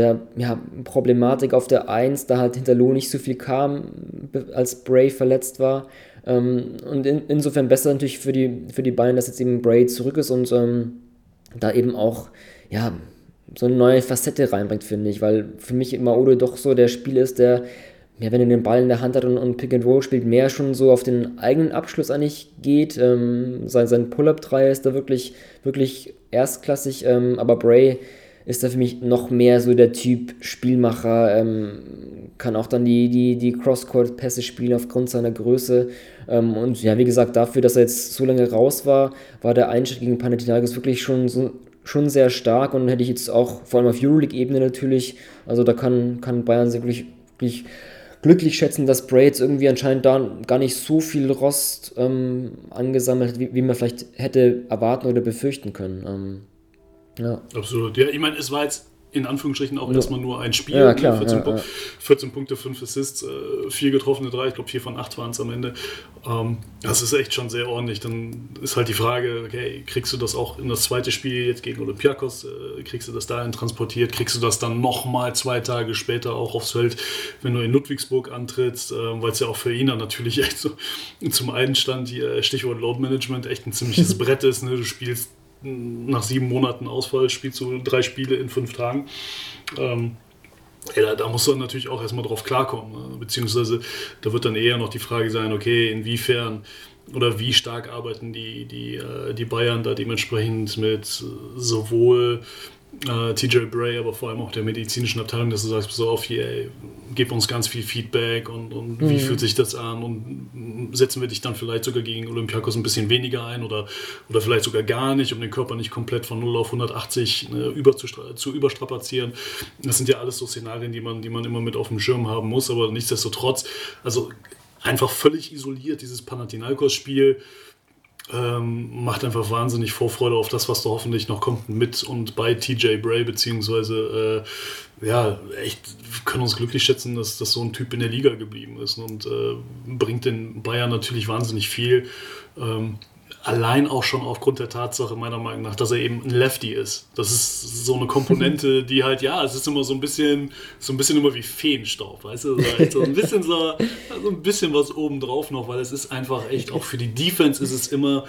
Problematik auf der 1, da halt hinter Loh nicht so viel kam, als Bray verletzt war. Und insofern besser natürlich für die Bayern, dass jetzt eben Bray zurück ist und da eben auch, so eine neue Facette reinbringt, finde ich, weil für mich Maodo doch so der Spieler ist, der, wenn er den Ball in der Hand hat und Pick and Roll spielt, mehr schon so auf den eigenen Abschluss eigentlich geht. Sein Pull-Up-Dreier ist da wirklich, wirklich erstklassig, aber Bray ist da für mich noch mehr so der Typ Spielmacher, kann auch dann die Cross-Court-Pässe spielen aufgrund seiner Größe. Und wie gesagt, dafür, dass er jetzt so lange raus war der Einstieg gegen Panathinaikos wirklich schon sehr stark und hätte ich jetzt auch, vor allem auf Euroleague-Ebene natürlich, also da kann Bayern sich wirklich, wirklich glücklich schätzen, dass Bray jetzt irgendwie anscheinend da gar nicht so viel Rost angesammelt hat, wie man vielleicht hätte erwarten oder befürchten können. Ja. Absolut. Ja, ich meine, es war jetzt in Anführungsstrichen auch erstmal nur ein Spiel. Ja, klar. 14 Punkte, 5 Assists, 4 getroffene 3, ich glaube 4 von 8 waren es am Ende. Das ist echt schon sehr ordentlich. Dann ist halt die Frage, okay, kriegst du das auch in das zweite Spiel jetzt gegen Olympiakos, kriegst du das dahin transportiert, kriegst du das dann nochmal 2 Tage später auch aufs Feld, wenn du in Ludwigsburg antrittst, weil es ja auch für ihn dann natürlich echt so zum einen stand, hier Stichwort Load Management, echt ein ziemliches Brett ist. Ne? Du spielst nach 7 Monaten Ausfall, spielst du 3 Spiele in 5 Tagen. Da musst du dann natürlich auch erstmal drauf klarkommen. Ne? Beziehungsweise da wird dann eher noch die Frage sein, okay, inwiefern oder wie stark arbeiten die Bayern da dementsprechend mit sowohl TJ Bray, aber vor allem auch der medizinischen Abteilung, dass du sagst, pass auf, hier, ey, gib uns ganz viel Feedback und wie fühlt sich das an und setzen wir dich dann vielleicht sogar gegen Olympiakos ein bisschen weniger ein oder vielleicht sogar gar nicht, um den Körper nicht komplett von 0 auf 180 zu überstrapazieren. Das sind ja alles so Szenarien, die man immer mit auf dem Schirm haben muss, aber nichtsdestotrotz, also einfach völlig isoliert, dieses Panathinaikos-Spiel macht einfach wahnsinnig Vorfreude auf das, was da hoffentlich noch kommt mit und bei TJ Bray, beziehungsweise echt können uns glücklich schätzen, dass so ein Typ in der Liga geblieben ist und bringt den Bayern natürlich wahnsinnig viel. Allein auch schon aufgrund der Tatsache, meiner Meinung nach, dass er eben ein Lefty ist. Das ist so eine Komponente, die halt, es ist immer so ein bisschen immer wie Feenstaub, weißt du? So ein bisschen was obendrauf noch, weil es ist einfach echt, auch für die Defense ist es immer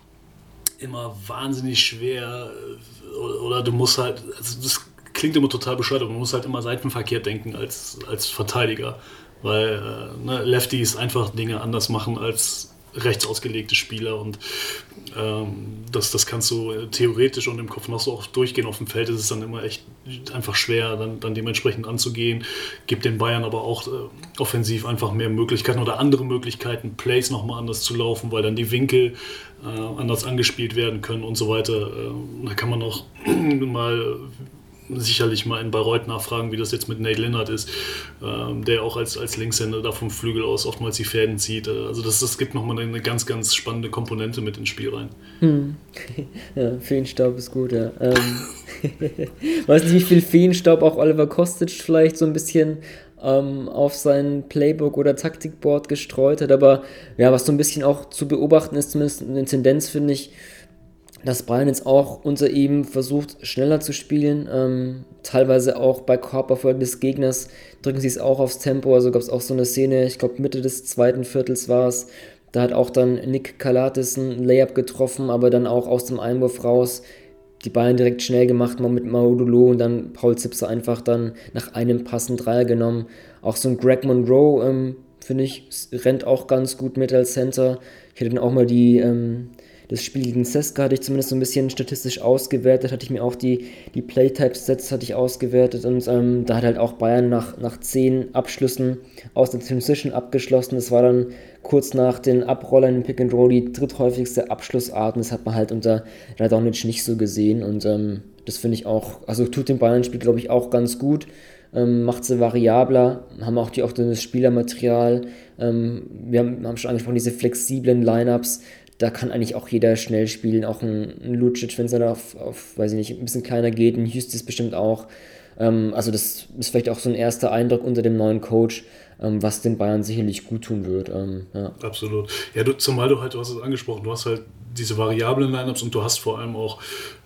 wahnsinnig schwer oder du musst halt, also das klingt immer total bescheuert, aber man muss halt immer seitenverkehrt denken als Verteidiger, weil Lefties einfach Dinge anders machen als rechts ausgelegte Spieler und das kannst du theoretisch und im Kopf noch so oft durchgehen. Auf dem Feld ist es dann immer echt einfach schwer, dann dementsprechend anzugehen. Gibt den Bayern aber auch offensiv einfach mehr Möglichkeiten oder andere Möglichkeiten, Plays nochmal anders zu laufen, weil dann die Winkel anders angespielt werden können und so weiter. Da kann man auch sicherlich mal in Bayreuth nachfragen, wie das jetzt mit Nate Linnard ist, der auch als Linkshänder da vom Flügel aus oftmals die Fäden zieht. Also das gibt nochmal eine ganz, ganz spannende Komponente mit ins Spiel rein. Ja, Feenstaub ist gut, ja. Weiß nicht, wie viel Feenstaub auch Oliver Kostic vielleicht so ein bisschen auf sein Playbook oder Taktikboard gestreut hat, aber ja, was so ein bisschen auch zu beobachten ist, zumindest eine Tendenz, finde ich, dass Bayern jetzt auch unter ihm versucht, schneller zu spielen. Teilweise auch bei Korberfolgen des Gegners drücken sie es auch aufs Tempo. Also gab es auch so eine Szene, ich glaube Mitte des zweiten Viertels war es. Da hat auch dann Nick Kalates ein Layup getroffen, aber dann auch aus dem Einwurf raus die Bayern direkt schnell gemacht, mal mit Maudolo und dann Paul Zipser einfach dann nach einem Pass einen Dreier genommen. Auch so ein Greg Monroe, finde ich, rennt auch ganz gut mit als Center. Ich hätte dann auch mal das Spiel gegen CSKA hatte ich zumindest so ein bisschen statistisch ausgewertet, hatte ich mir auch die Playtype-Sets hatte ich ausgewertet und da hat halt auch Bayern nach 10 Abschlüssen aus der Transition abgeschlossen. Das war dann kurz nach den Abrollern im Pick and Roll die dritthäufigste Abschlussart und das hat man halt unter Radonjic nicht so gesehen und das finde ich auch, also tut dem Bayern-Spiel glaube ich auch ganz gut. Macht sie variabler, haben auch das Spielermaterial, wir haben schon angesprochen, diese flexiblen Lineups. Da kann eigentlich auch jeder schnell spielen, auch ein Lucic, wenn es dann auf, weiß ich nicht, ein bisschen kleiner geht, ein Justis bestimmt auch. Also das ist vielleicht auch so ein erster Eindruck unter dem neuen Coach, was den Bayern sicherlich gut tun wird. Ja. Absolut. Ja, zumal du hast es angesprochen, du hast halt diese variablen Lineups und du hast vor allem auch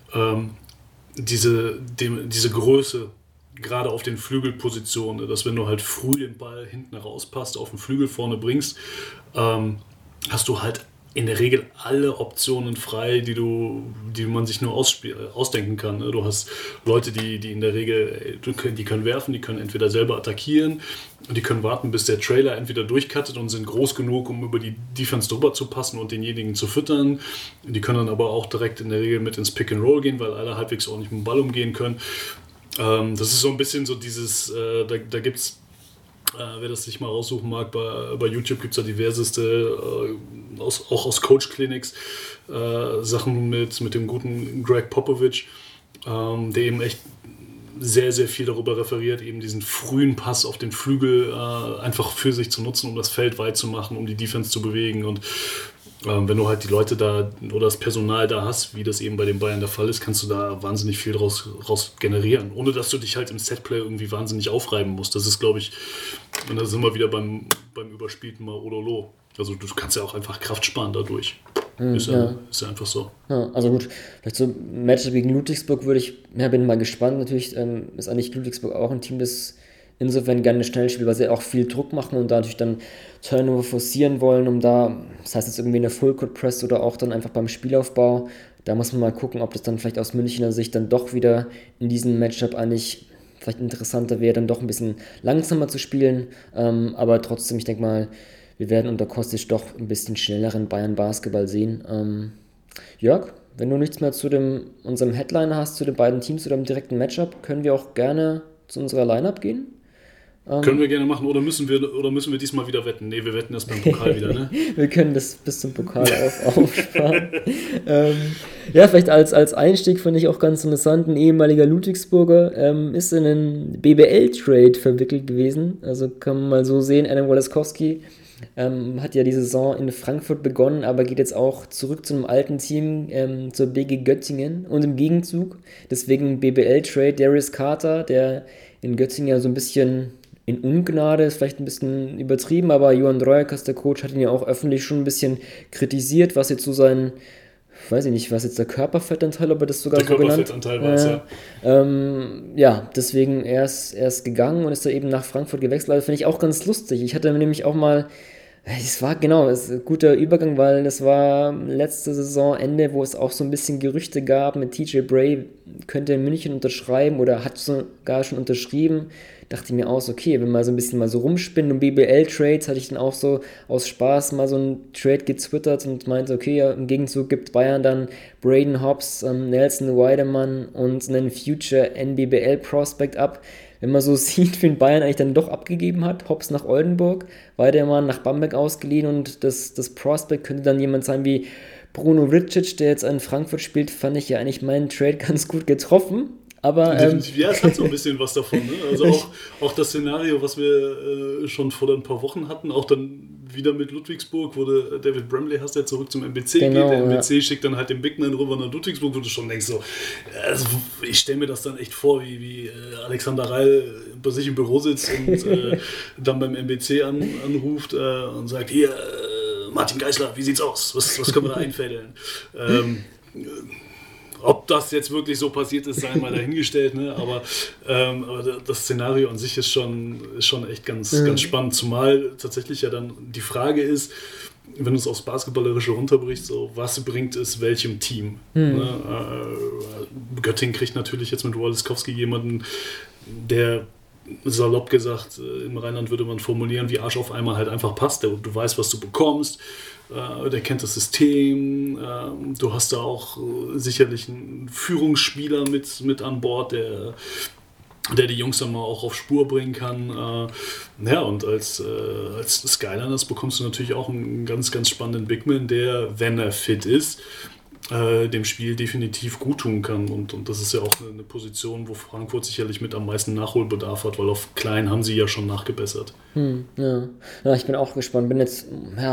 diese Größe, gerade auf den Flügelpositionen, dass wenn du halt früh den Ball hinten rauspasst, auf den Flügel vorne bringst, hast du halt in der Regel alle Optionen frei, die man sich nur ausdenken kann. Du hast Leute, die in der Regel, die können werfen, die können entweder selber attackieren und die können warten, bis der Trailer entweder durchcuttet und sind groß genug, um über die Defense drüber zu passen und denjenigen zu füttern. Die können dann aber auch direkt in der Regel mit ins Pick and Roll gehen, weil alle halbwegs ordentlich mit dem Ball umgehen können. Das ist so ein bisschen so dieses, da gibt es, wer das sich mal raussuchen mag, bei YouTube gibt es ja diverseste, auch aus Coach-Clinics, Sachen mit dem guten Greg Popovich, der eben echt sehr, sehr viel darüber referiert, eben diesen frühen Pass auf den Flügel einfach für sich zu nutzen, um das Feld weit zu machen, um die Defense zu bewegen und Wenn du halt die Leute da oder das Personal da hast, wie das eben bei den Bayern der Fall ist, kannst du da wahnsinnig viel raus generieren, ohne dass du dich halt im Setplay irgendwie wahnsinnig aufreiben musst. Das ist, glaube ich, und da sind wir wieder beim überspielten Maololo. Also du kannst ja auch einfach Kraft sparen dadurch. Ist ja einfach so. Ja, also gut, vielleicht so ein Matchup gegen Ludwigsburg bin mal gespannt. Natürlich ist eigentlich Ludwigsburg auch ein Team, das insofern gerne schnell spielt, weil sie auch viel Druck machen und dadurch dann Turnover forcieren wollen, um da, das heißt jetzt irgendwie eine Full-Court-Press oder auch dann einfach beim Spielaufbau, da muss man mal gucken, ob das dann vielleicht aus Münchner Sicht dann doch wieder in diesem Matchup eigentlich vielleicht interessanter wäre, dann doch ein bisschen langsamer zu spielen, aber trotzdem, ich denke mal, wir werden unter Kostic doch ein bisschen schnelleren Bayern-Basketball sehen. Jörg, wenn du nichts mehr zu unserem Headliner hast, zu den beiden Teams oder im direkten Matchup, können wir auch gerne zu unserer Lineup gehen. Können wir gerne machen, oder müssen wir diesmal wieder wetten? Nee, wir wetten erst beim Pokal wieder, ne? Wir können das bis zum Pokal aufsparen. Ja, vielleicht als Einstieg fand ich auch ganz interessant, ein ehemaliger Ludwigsburger ist in einen BBL-Trade verwickelt gewesen. Also kann man mal so sehen, Adam Walaskowski hat ja die Saison in Frankfurt begonnen, aber geht jetzt auch zurück zu einem alten Team, zur BG Göttingen, und im Gegenzug, deswegen BBL-Trade, Darius Carter, der in Göttingen ja so ein bisschen in Ungnade, ist vielleicht ein bisschen übertrieben, aber Johann Reuerkas, der Coach, hat ihn ja auch öffentlich schon ein bisschen kritisiert, was jetzt so sein, weiß ich nicht, was jetzt der Körperfettanteil, ob er das sogar so genannt. Der Körperfettanteil war es, ja. Ja, deswegen er ist gegangen und ist da eben nach Frankfurt gewechselt. Also finde ich auch ganz lustig. Ich hatte nämlich auch mal, es war ein guter Übergang, weil das war letzte Saisonende, wo es auch so ein bisschen Gerüchte gab mit TJ Bray, könnte in München unterschreiben oder hat sogar schon unterschrieben. Dachte ich mir aus, okay, wenn wir so ein bisschen mal so rumspinnen und BBL-Trades, hatte ich dann auch so aus Spaß mal so einen Trade getwittert und meinte, okay, ja, im Gegenzug gibt Bayern dann Braden Hobbs, Nelson Weidemann und einen Future NBBL-Prospect ab. Wenn man so sieht, wen Bayern eigentlich dann doch abgegeben hat, Hobbs nach Oldenburg, Weidemann nach Bamberg ausgeliehen und das Prospect könnte dann jemand sein wie Bruno Ricic, der jetzt in Frankfurt spielt, fand ich ja eigentlich meinen Trade ganz gut getroffen. Aber, ja, es hat so ein bisschen was davon. Ne? Also auch das Szenario, was wir schon vor ein paar Wochen hatten, auch dann wieder mit Ludwigsburg, wo der David Bramley hast, der zurück zum MBC geht. Der MBC schickt dann halt den Bigman rüber nach Ludwigsburg, wo du schon denkst, so, also ich stelle mir das dann echt vor, wie Alexander Reil bei sich im Büro sitzt und dann beim MBC anruft und sagt, hier, Martin Geisler, wie sieht's aus? Was können wir da einfädeln? Ob das jetzt wirklich so passiert ist, sei mal dahingestellt, ne? Aber das Szenario an sich ist schon echt ganz spannend, zumal tatsächlich ja dann die Frage ist, wenn du es aufs Basketballerische runterbrichst, so, was bringt es welchem Team? Ne? Göttingen kriegt natürlich jetzt mit Walaskowski jemanden, der, salopp gesagt, im Rheinland würde man formulieren, wie Arsch auf einmal halt einfach passt. Du weißt, was du bekommst, der kennt das System, du hast da auch sicherlich einen Führungsspieler mit an Bord, der die Jungs dann mal auch auf Spur bringen kann. Ja, und als Skyliners bekommst du natürlich auch einen ganz, ganz spannenden Bigman, der, wenn er fit ist, dem Spiel definitiv gut tun kann. Und das ist ja auch eine Position, wo Frankfurt sicherlich mit am meisten Nachholbedarf hat, weil auf klein haben sie ja schon nachgebessert. Ja, ich bin auch gespannt. Bin jetzt,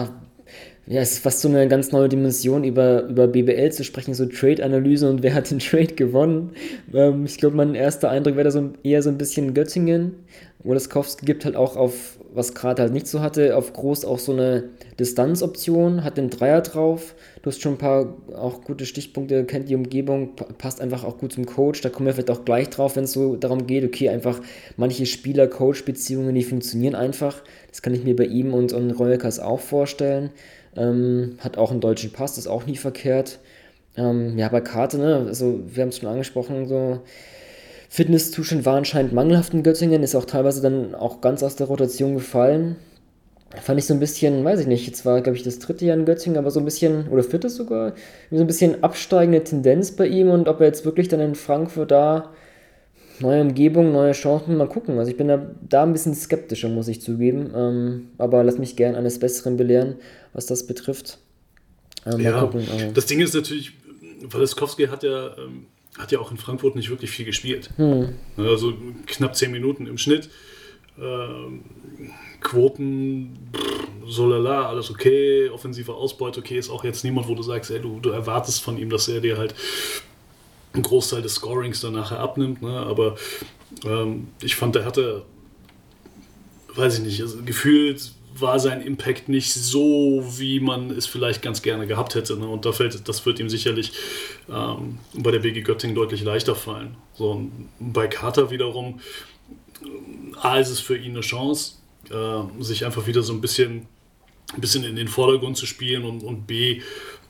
es ist fast so eine ganz neue Dimension, über BBL zu sprechen, so Trade-Analyse und wer hat den Trade gewonnen. Ich glaube, mein erster Eindruck wäre da eher so ein bisschen Göttingen. Walaskowski gibt halt auch auf, was gerade halt nicht so hatte, auf groß auch so eine Distanzoption, hat den Dreier drauf. Du hast schon ein paar auch gute Stichpunkte, kennt die Umgebung, passt einfach auch gut zum Coach. Da kommen wir vielleicht auch gleich drauf, wenn es so darum geht, okay, einfach manche Spieler-Coach-Beziehungen, die funktionieren einfach. Das kann ich mir bei ihm und Reuelkas auch vorstellen. Hat auch einen deutschen Pass, ist auch nie verkehrt. Bei Karte, ne, also wir haben es schon angesprochen, so Fitnesszustand war anscheinend mangelhaft in Göttingen, ist auch teilweise dann auch ganz aus der Rotation gefallen. Fand ich so ein bisschen, weiß ich nicht, jetzt war, glaube ich, das 3. Jahr in Göttingen, aber so ein bisschen, oder 4. sogar, so ein bisschen absteigende Tendenz bei ihm und ob er jetzt wirklich dann in Frankfurt da neue Umgebung, neue Chancen, mal gucken. Also ich bin da ein bisschen skeptischer, muss ich zugeben, aber lass mich gern eines Besseren belehren, was das betrifft. Mal gucken. Das Ding ist natürlich, Walaskowski hat ja auch in Frankfurt nicht wirklich viel gespielt. Also knapp 10 Minuten im Schnitt. Quoten so lala, alles okay, offensive Ausbeute, okay, ist auch jetzt niemand, wo du sagst, ey, du erwartest von ihm, dass er dir halt einen Großteil des Scorings dann nachher abnimmt, ne? Aber ich fand, der hatte, weiß ich nicht, also gefühlt war sein Impact nicht so, wie man es vielleicht ganz gerne gehabt hätte. Ne? Und das wird ihm sicherlich bei der BG Göttingen deutlich leichter fallen. So, und bei Carter wiederum, A, ist es für ihn eine Chance, sich einfach wieder so ein bisschen in den Vordergrund zu spielen und B,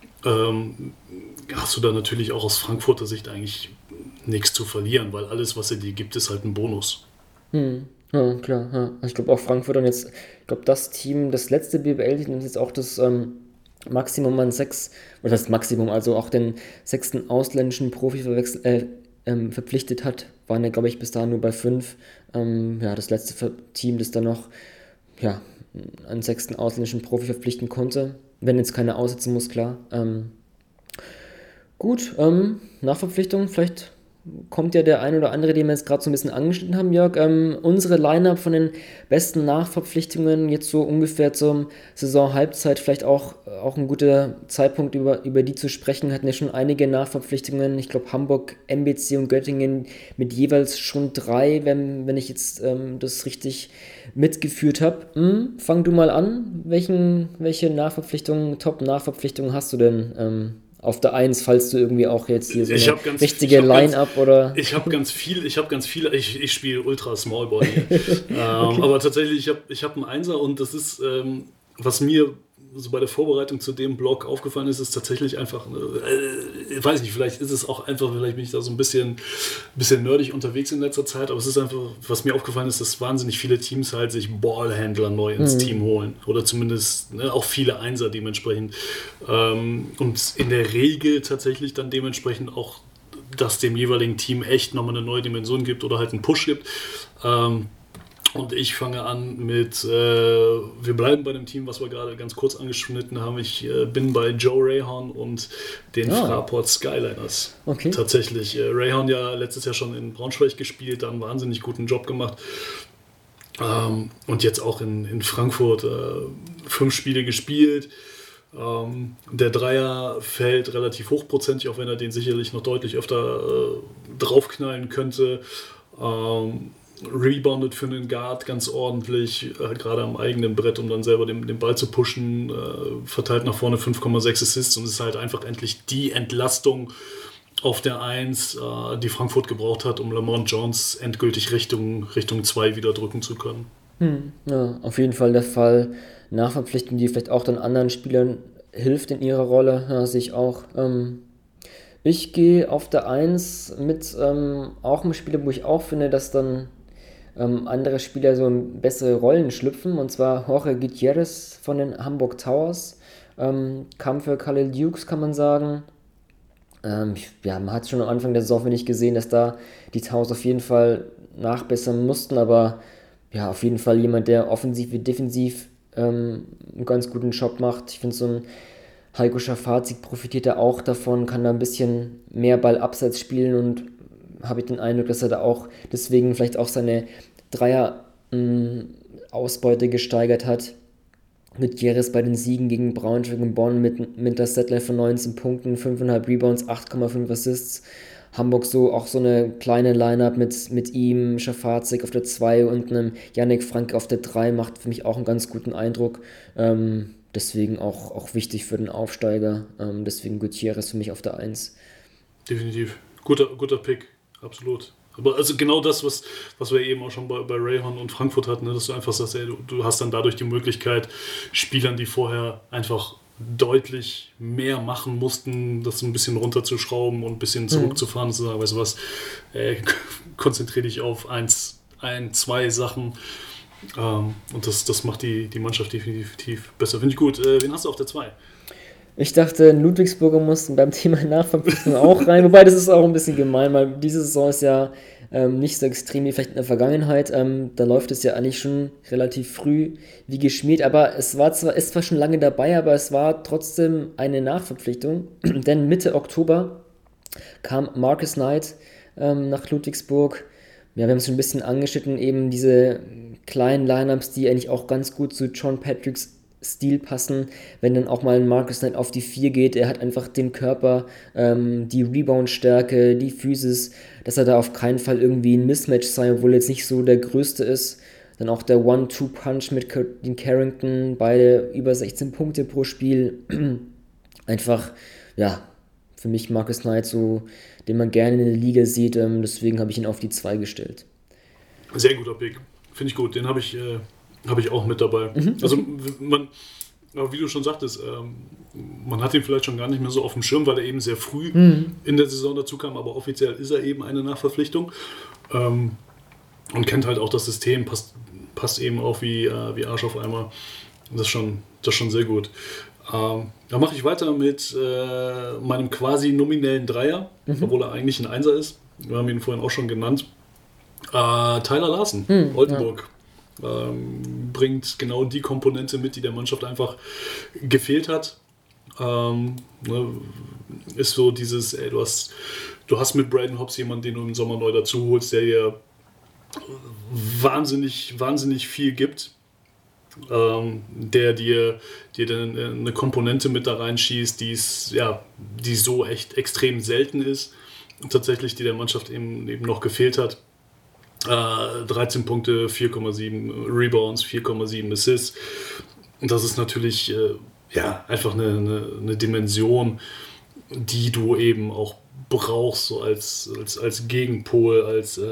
hast du da natürlich auch aus Frankfurter Sicht eigentlich nichts zu verlieren, weil alles, was er dir gibt, ist halt ein Bonus. Ja, klar. Ja. Ich glaube auch Frankfurt und jetzt, ich glaube das Team, das letzte BBL-Team ist jetzt auch das Maximum an 6, oder das Maximum, also auch den 6. ausländischen Profi verpflichtet hat, waren ja glaube ich bis dahin nur bei 5. Das letzte Team, das dann noch einen 6. ausländischen Profi verpflichten konnte, wenn jetzt keiner aussetzen muss, klar. Gut, Nachverpflichtung, vielleicht kommt ja der ein oder andere, den wir jetzt gerade so ein bisschen angeschnitten haben, Jörg. Unsere Line-Up von den besten Nachverpflichtungen jetzt so ungefähr zur Saison-Halbzeit, vielleicht auch ein guter Zeitpunkt, über die zu sprechen. Wir hatten ja schon einige Nachverpflichtungen. Ich glaube Hamburg, MBC und Göttingen mit jeweils schon 3, wenn ich jetzt das richtig mitgeführt habe. Fang du mal an. Welche Nachverpflichtungen, Top-Nachverpflichtungen hast du denn auf der 1, falls du irgendwie auch jetzt hier so eine richtige Line-Up oder... Ich habe ganz viele, ich spiele Ultra Smallball hier. Okay. Aber tatsächlich, ich hab einen 1er und das ist, was mir so bei der Vorbereitung zu dem Blog aufgefallen ist tatsächlich einfach, ich weiß nicht, vielleicht ist es auch einfach, vielleicht bin ich da so ein bisschen nerdig unterwegs in letzter Zeit, aber es ist einfach, was mir aufgefallen ist, dass wahnsinnig viele Teams halt sich Ballhändler neu ins Team holen oder zumindest auch viele Einser dementsprechend und in der Regel tatsächlich dann dementsprechend auch, dass dem jeweiligen Team echt nochmal eine neue Dimension gibt oder halt einen Push gibt. Und ich fange an mit, wir bleiben bei dem Team, was wir gerade ganz kurz angeschnitten haben. Ich bin bei Joe Rayhorn und den Fraport Skyliners. Okay. Tatsächlich. Rayhorn ja letztes Jahr schon in Braunschweig gespielt, da einen wahnsinnig guten Job gemacht. Und jetzt auch in Frankfurt 5 Spiele gespielt. Der Dreier fällt relativ hochprozentig, auch wenn er den sicherlich noch deutlich öfter draufknallen könnte. Reboundet für einen Guard ganz ordentlich, gerade am eigenen Brett, um dann selber den Ball zu pushen, verteilt nach vorne 5,6 Assists und ist halt einfach endlich die Entlastung auf der 1, die Frankfurt gebraucht hat, um Lamont Jones endgültig Richtung 2 wieder drücken zu können. Ja, auf jeden Fall der Fall. Nachverpflichtung, die vielleicht auch dann anderen Spielern hilft in ihrer Rolle, ja, sehe ich auch. Ich gehe auf der 1 mit auch einem Spieler, wo ich auch finde, dass dann andere Spieler so in bessere Rollen schlüpfen, und zwar Jorge Gutierrez von den Hamburg Towers. Kam für Khalil Dukes, kann man sagen. Man hat schon am Anfang der Saison, finde ich, gesehen, dass da die Towers auf jeden Fall nachbessern mussten, aber ja, auf jeden Fall jemand, der offensiv wie defensiv einen ganz guten Job macht. Ich finde, so ein Heiko Schafazik profitiert da auch davon, kann da ein bisschen mehr Ball abseits spielen und habe ich den Eindruck, dass er da auch deswegen vielleicht auch seine Dreier-Ausbeute gesteigert hat. Mit Gutierrez bei den Siegen gegen Braunschweig und Bonn mit der Setline von 19 Punkten, 5,5 Rebounds, 8,5 Assists. Hamburg auch so eine kleine Line-Up mit ihm, Schafazik auf der 2 und einem Yannick Franke auf der 3 macht für mich auch einen ganz guten Eindruck. Deswegen auch wichtig für den Aufsteiger. Deswegen Gutierrez für mich auf der 1. Definitiv. Guter Pick. Absolut. Aber also genau das, was wir eben auch schon bei Rayhorn und Frankfurt hatten, ne, dass du einfach sagst, du hast dann dadurch die Möglichkeit, Spielern, die vorher einfach deutlich mehr machen mussten, das ein bisschen runterzuschrauben und ein bisschen zurückzufahren und zu sagen, weißt du was, konzentriere dich auf 2 Sachen. Und das macht die Mannschaft definitiv besser. Finde ich gut. Wen hast du auf der 2? Ich dachte, Ludwigsburger mussten beim Thema Nachverpflichtung auch rein, wobei das ist auch ein bisschen gemein, weil diese Saison ist ja nicht so extrem wie vielleicht in der Vergangenheit. Da läuft es ja eigentlich schon relativ früh wie geschmiert, aber ist zwar schon lange dabei, aber es war trotzdem eine Nachverpflichtung, denn Mitte Oktober kam Marcus Knight nach Ludwigsburg. Ja, wir haben es schon ein bisschen angeschnitten, eben diese kleinen Lineups, die eigentlich auch ganz gut zu John Patricks Stil passen, wenn dann auch mal ein Marcus Knight auf die 4 geht. Er hat einfach den Körper, die Rebound-Stärke, die Physis, dass er da auf keinen Fall irgendwie ein Mismatch sei, obwohl er jetzt nicht so der Größte ist. Dann auch der One-Two-Punch mit Dean Carrington, beide über 16 Punkte pro Spiel. Einfach, ja, für mich Marcus Knight so, den man gerne in der Liga sieht, deswegen habe ich ihn auf die 2 gestellt. Sehr guter Pick, finde ich gut, den habe ich auch mit dabei. Also wie du schon sagtest, man hat ihn vielleicht schon gar nicht mehr so auf dem Schirm, weil er eben sehr früh in der Saison dazu kam, aber offiziell ist er eben eine Nachverpflichtung und kennt halt auch das System, passt eben auch wie Arsch auf Eimer. Das ist schon sehr gut. Da mache ich weiter mit meinem quasi nominellen Dreier, obwohl er eigentlich ein Einser ist. Wir haben ihn vorhin auch schon genannt. Tyler Larsen, Oldenburg. Bringt genau die Komponente mit, die der Mannschaft einfach gefehlt hat. Ist so dieses, du hast mit Braden Hobbs jemanden, den du im Sommer neu dazu holst, der dir wahnsinnig viel gibt. Der dir dann eine Komponente mit da reinschießt, die so echt extrem selten ist und tatsächlich die der Mannschaft eben noch gefehlt hat. 13 Punkte, 4,7 Rebounds, 4,7 Assists. Und das ist natürlich einfach eine Dimension, die du eben auch brauchst, so als Gegenpol, als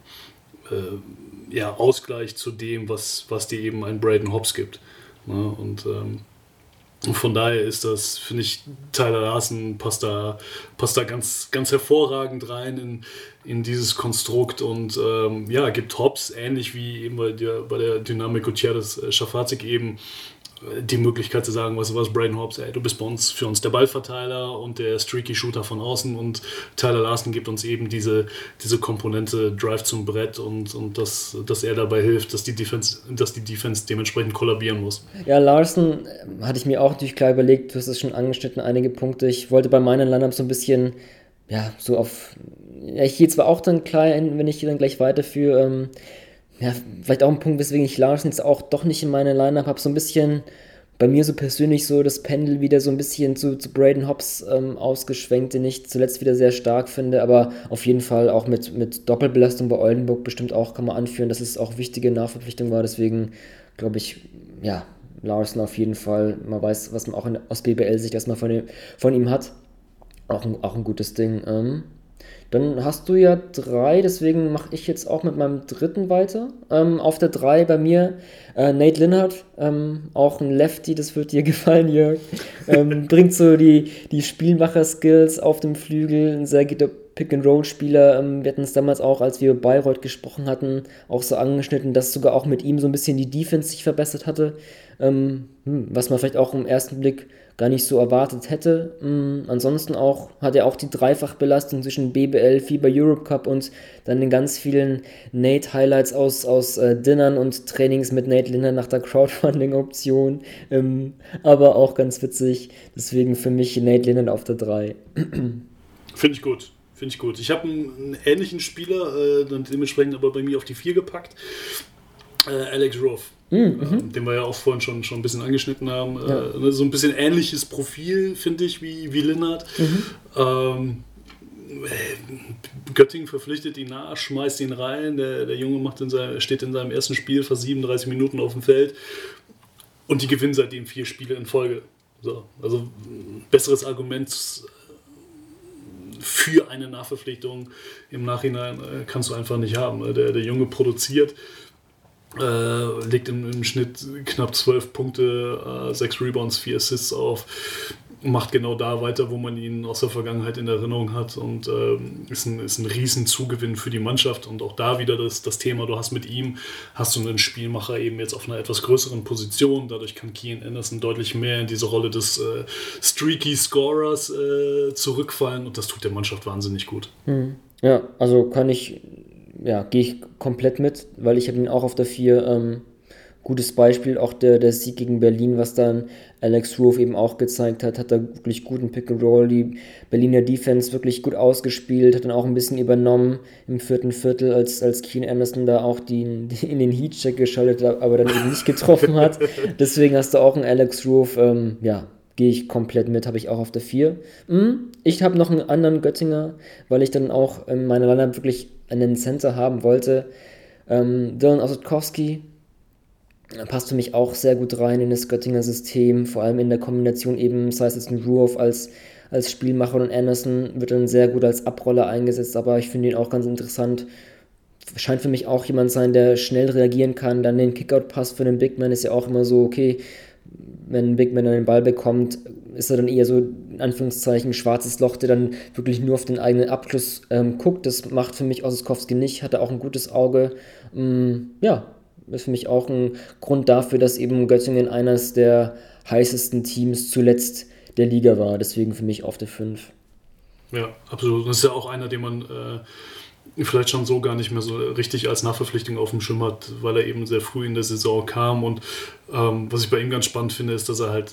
Ausgleich zu dem, was dir eben ein Braden Hobbs gibt. Ja, und von daher ist das, finde ich, Tyler Larsen passt da ganz, ganz hervorragend rein in dieses Konstrukt und gibt Hobbs, ähnlich wie eben bei der Dynamik Gutierrez Schafazik eben, die Möglichkeit zu sagen, weißt du was, Braden Hobbs, du bist für uns der Ballverteiler und der streaky Shooter von außen und Tyler Larsen gibt uns eben diese Komponente Drive zum Brett und dass er dabei hilft, dass die Defense dementsprechend kollabieren muss. Ja, Larsen hatte ich mir auch natürlich klar überlegt, du hast es schon angeschnitten, einige Punkte. Ich wollte bei meinen Lineups so ein bisschen, ich gehe zwar auch dann klar, wenn ich dann gleich weiterführe, vielleicht auch ein Punkt, weswegen ich Larsen jetzt auch doch nicht in meine Lineup habe, so ein bisschen bei mir so persönlich so das Pendel wieder so ein bisschen zu Braden Hobbs ausgeschwenkt, den ich zuletzt wieder sehr stark finde, aber auf jeden Fall auch mit Doppelbelastung bei Oldenburg bestimmt auch kann man anführen, dass es auch wichtige Nachverpflichtung war, deswegen glaube ich, Larsen auf jeden Fall, man weiß, was man auch aus BBL-Sicht erstmal von ihm hat, auch ein gutes Ding. Dann hast du ja 3, deswegen mache ich jetzt auch mit meinem dritten weiter. Auf der 3 bei mir Nate Linnhardt, auch ein Lefty, das wird dir gefallen, Jörg. Bringt so die Spielmacher-Skills auf dem Flügel, ein sehr guter Pick-and-Roll-Spieler. Wir hatten es damals auch, als wir über Bayreuth gesprochen hatten, auch so angeschnitten, dass sogar auch mit ihm so ein bisschen die Defense sich verbessert hatte. Was man vielleicht auch im ersten Blick gar nicht so erwartet hätte. Ansonsten hat er auch die Dreifachbelastung zwischen BBL, FIBA Europe Cup und dann den ganz vielen Nate-Highlights aus Dinnern und Trainings mit Nate Linnhardt nach der Crowdfunding-Option. Aber auch ganz witzig. Deswegen für mich Nate Linnhardt auf der 3. Finde ich gut. Ich habe einen ähnlichen Spieler, dann dementsprechend aber bei mir auf die 4 gepackt. Alex Ruff. Den wir ja auch vorhin schon ein bisschen angeschnitten haben. Ja. So ein bisschen ähnliches Profil, finde ich, wie Linnhardt. Göttingen verpflichtet ihn nach, schmeißt ihn rein. Der Junge steht in seinem ersten Spiel fast 37 Minuten auf dem Feld und die gewinnen seitdem 4 Spiele in Folge. So, also besseres Argument für eine Nachverpflichtung im Nachhinein kannst du einfach nicht haben. Der Junge produziert, legt im Schnitt knapp 12 Punkte, 6 Rebounds, 4 Assists auf, macht genau da weiter, wo man ihn aus der Vergangenheit in Erinnerung hat und ist ein riesen Zugewinn für die Mannschaft und auch da wieder das Thema, du hast mit ihm, hast du einen Spielmacher eben jetzt auf einer etwas größeren Position, dadurch kann Kian Anderson deutlich mehr in diese Rolle des streaky Scorers zurückfallen und das tut der Mannschaft wahnsinnig gut. Ja, also gehe ich komplett mit, weil ich habe ihn auch auf der 4, gutes Beispiel, auch der Sieg gegen Berlin, was dann Alex Ruoff eben auch gezeigt hat da wirklich guten Pick-and-Roll, die Berliner Defense wirklich gut ausgespielt, hat dann auch ein bisschen übernommen im 4. Viertel, als Keen Anderson da auch in den Heat-Check geschaltet hat, aber dann eben nicht getroffen hat. Deswegen hast du auch einen Alex Ruoff, gehe ich komplett mit, habe ich auch auf der 4. Ich habe noch einen anderen Göttinger, weil ich dann auch in meiner Lineup wirklich einen Center haben wollte. Dylan Osetkowski passt für mich auch sehr gut rein in das Göttinger System, vor allem in der Kombination eben, sei es jetzt ein Ruoff als Spielmacher und Anderson wird dann sehr gut als Abroller eingesetzt, aber ich finde ihn auch ganz interessant. Scheint für mich auch jemand sein, der schnell reagieren kann, dann den Kickout-Pass für den Big Man ist ja auch immer so, okay, wenn ein Big Man dann den Ball bekommt, ist er dann eher so, in Anführungszeichen, schwarzes Loch, der dann wirklich nur auf den eigenen Abschluss guckt. Das macht für mich Osetkowski nicht, hat er auch ein gutes Auge. Ist für mich auch ein Grund dafür, dass eben Göttingen eines der heißesten Teams zuletzt der Liga war. Deswegen für mich auf der 5. Ja, absolut. Das ist ja auch einer, den man vielleicht schon so gar nicht mehr so richtig als Nachverpflichtung auf dem Schirm hat, weil er eben sehr früh in der Saison kam und was ich bei ihm ganz spannend finde, ist, dass er halt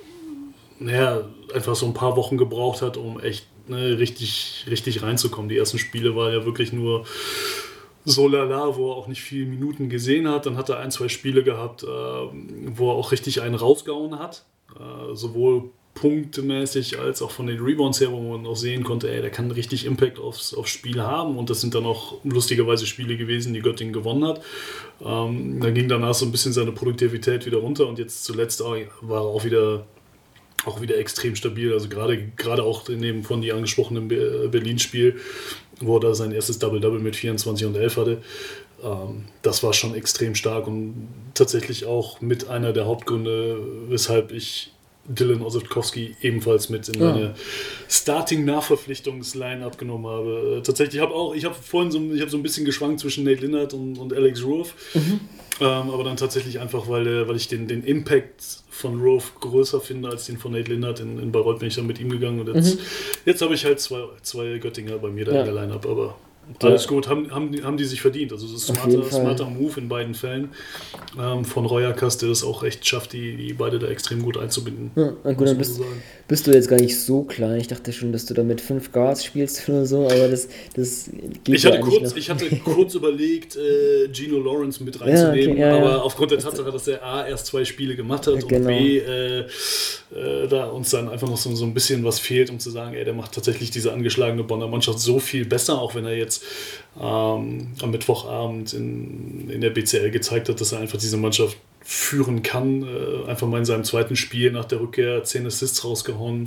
einfach so ein paar Wochen gebraucht hat, um echt richtig reinzukommen. Die ersten Spiele war ja wirklich nur so lala, wo er auch nicht viele Minuten gesehen hat. Dann hat er 1-2 Spiele gehabt, wo er auch richtig einen rausgehauen hat, sowohl punktemäßig als auch von den Rebounds her, wo man auch sehen konnte, der kann richtig Impact aufs Spiel haben und das sind dann auch lustigerweise Spiele gewesen, die Göttingen gewonnen hat. Dann ging danach so ein bisschen seine Produktivität wieder runter und jetzt zuletzt war er auch wieder extrem stabil, also gerade auch in dem von dir angesprochenen Berlin-Spiel, wo er da sein erstes Double-Double mit 24 und 11 hatte. Das war schon extrem stark und tatsächlich auch mit einer der Hauptgründe, weshalb ich Dylan Osetkowski ebenfalls mit in meine Starting-Nachverpflichtungs-Line-Up genommen habe. Tatsächlich, ich habe so ein bisschen geschwankt zwischen Nate Linnard und Alex Ruoff, aber dann tatsächlich einfach, weil ich den Impact von Ruoff größer finde als den von Nate Linnard. In Bayreuth bin ich dann mit ihm gegangen und jetzt habe ich halt zwei Göttinger bei mir da in der Line-Up, aber alles gut, haben die sich verdient. Also das ist ein smarter Move in beiden Fällen von Royakas, der das auch echt schafft, die beide da extrem gut einzubinden. Ja, gut, dann bist du jetzt gar nicht so klein. Ich dachte schon, dass du da mit 5 Guards spielst oder so, aber das geht ich hatte kurz überlegt, Gino Lawrence mit reinzunehmen, aber aufgrund der Tatsache, dass er A, erst 2 Spiele gemacht hat und B, da uns dann einfach noch so ein bisschen was fehlt, um zu sagen, der macht tatsächlich diese angeschlagene Bonner Mannschaft so viel besser, auch wenn er jetzt am Mittwochabend in der BCL gezeigt hat, dass er einfach diese Mannschaft führen kann. Einfach mal in seinem zweiten Spiel nach der Rückkehr 10 Assists rausgehauen.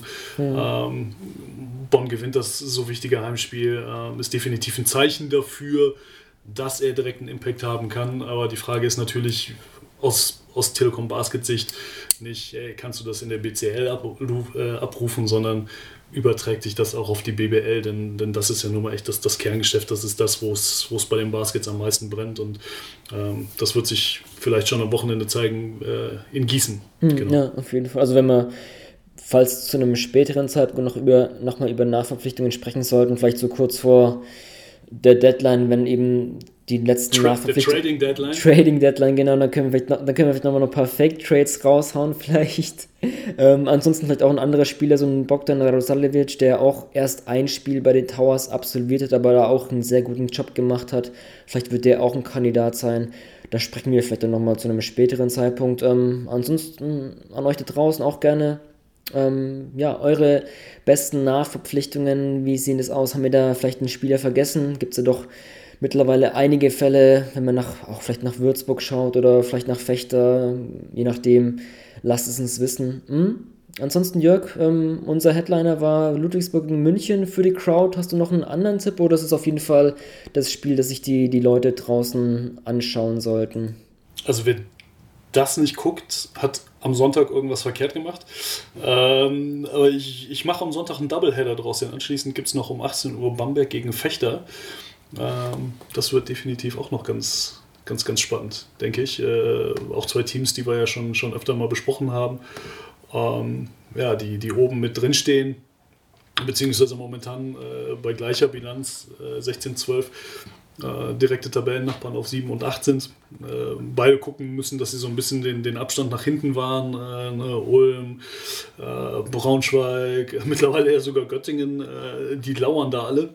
Bonn gewinnt das so wichtige Heimspiel. Ist definitiv ein Zeichen dafür, dass er direkt einen Impact haben kann. Aber die Frage ist natürlich aus Telekom Basket Sicht nicht, kannst du das in der BCL abrufen, sondern überträgt sich das auch auf die BBL, denn das ist ja nun mal echt das Kerngeschäft, das ist das, wo es bei den Baskets am meisten brennt und das wird sich vielleicht schon am Wochenende zeigen in Gießen. Genau. Ja, auf jeden Fall. Also wenn wir, falls zu einem späteren Zeitpunkt noch mal über Nachverpflichtungen sprechen sollten, vielleicht so kurz vor der Deadline, wenn eben die letzten Nachverpflichtungen... Trading Deadline, genau, dann können wir vielleicht nochmal noch ein paar Fake-Trades raushauen vielleicht. Ansonsten vielleicht auch ein anderer Spieler, so ein Bogdan Radosavljevic, der auch erst ein Spiel bei den Towers absolviert hat, aber da auch einen sehr guten Job gemacht hat. Vielleicht wird der auch ein Kandidat sein. Da sprechen wir vielleicht dann nochmal zu einem späteren Zeitpunkt. Ansonsten an euch da draußen auch gerne eure besten Nachverpflichtungen, wie sehen das aus? Haben wir da vielleicht einen Spieler vergessen? Gibt es ja doch mittlerweile einige Fälle, wenn man vielleicht nach Würzburg schaut oder vielleicht nach Fechter, je nachdem, lasst es uns wissen. Ansonsten, Jörg, unser Headliner war Ludwigsburg gegen München für die Crowd. Hast du noch einen anderen Tipp oder ist es auf jeden Fall das Spiel, das sich die Leute draußen anschauen sollten? Also wer das nicht guckt, hat am Sonntag irgendwas verkehrt gemacht. Aber ich mache am Sonntag einen Doubleheader draus, denn anschließend gibt es noch um 18 Uhr Bamberg gegen Fechter. Das wird definitiv auch noch ganz, ganz, ganz spannend, denke ich. Auch 2 Teams, die wir ja schon öfter mal besprochen haben, die oben mit drinstehen, beziehungsweise momentan bei gleicher Bilanz 16-12 direkte Tabellennachbarn auf 7 und 8 sind. Beide gucken müssen, dass sie so ein bisschen den Abstand nach hinten wahren. Ulm, Braunschweig, mittlerweile ja sogar Göttingen, die lauern da alle.